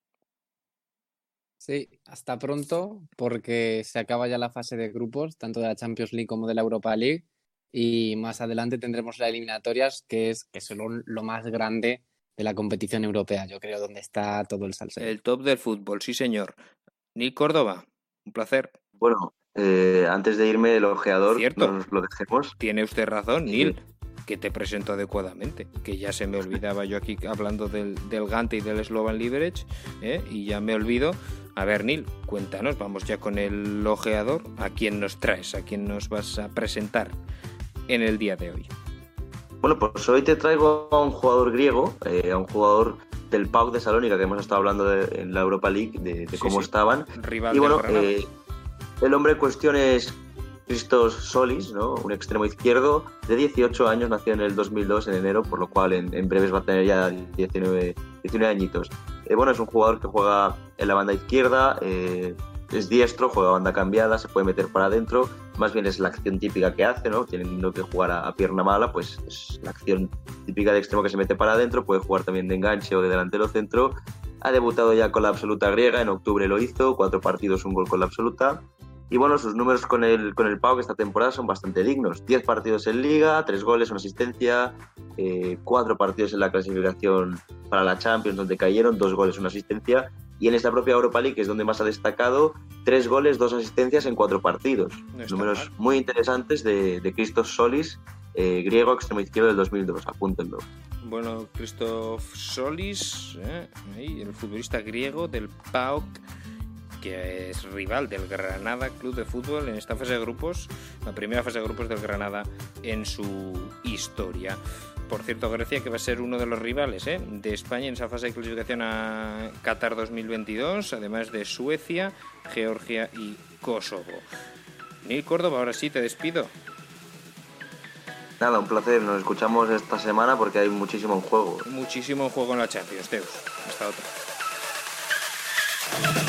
Sí, hasta pronto, porque se acaba ya la fase de grupos, tanto de la Champions League como de la Europa League, y más adelante tendremos las eliminatorias, que es que son lo más grande de la competición europea, yo creo, donde está todo el salseo. El top del fútbol, sí señor. Nil Córdoba, un placer. Bueno, eh, antes de irme, el ojeador, Cierto. no nos lo dejemos. Tiene usted razón, Sí. Nil, que te presento adecuadamente, que ya se me olvidaba yo aquí hablando del, del Gante y del Slovan Liberec, ¿eh? Y ya me olvido. A ver, Nil, cuéntanos, vamos ya con el ojeador. ¿A quién nos traes? ¿A quién nos vas a presentar en el día de hoy? Bueno, pues hoy te traigo a un jugador griego, eh, a un jugador del P A O K de Salónica, que hemos estado hablando de, en la Europa League, de, de Sí, cómo sí. estaban. Rival Y bueno, del Granada. eh, el hombre en cuestión es Christos Solis, ¿no? Un extremo izquierdo de dieciocho años, nació en el dos mil dos, en enero, por lo cual en, en breves va a tener ya diecinueve, diecinueve añitos. Eh, bueno, es un jugador que juega en la banda izquierda, eh, es diestro, juega banda cambiada, se puede meter para adentro, más bien es la acción típica que hace, ¿no? Teniendo que jugar a, a pierna mala, pues es la acción típica de extremo que se mete para adentro, puede jugar también de enganche o de delantero centro. Ha debutado ya con la absoluta griega, en octubre lo hizo, cuatro partidos, un gol con la absoluta. Y bueno, sus números con el, con el P A O K esta temporada son bastante dignos. diez partidos en Liga, tres goles, una asistencia, eh, cuatro partidos en la clasificación para la Champions, donde cayeron, dos goles, una asistencia. Y en esta propia Europa League, que es donde más ha destacado, tres goles, dos asistencias en cuatro partidos. No está Números mal. muy interesantes de, de Christos Solis, eh, griego, extremo izquierdo del dos mil dos, apúntenlo. Bueno, Christoph Solis, ¿eh? Ahí, el futbolista griego del P A O K, que es rival del Granada Club de Fútbol en esta fase de grupos, la primera fase de grupos del Granada en su historia. Por cierto, Grecia, que va a ser uno de los rivales, ¿eh? de España en esa fase de clasificación a Qatar dos mil veintidós, además de Suecia, Georgia y Kosovo. Nil Córdoba, ahora sí te despido. Nada, un placer. Nos escuchamos esta semana porque hay muchísimo en juego. Muchísimo juego en la Champions, Teus. Hasta otra.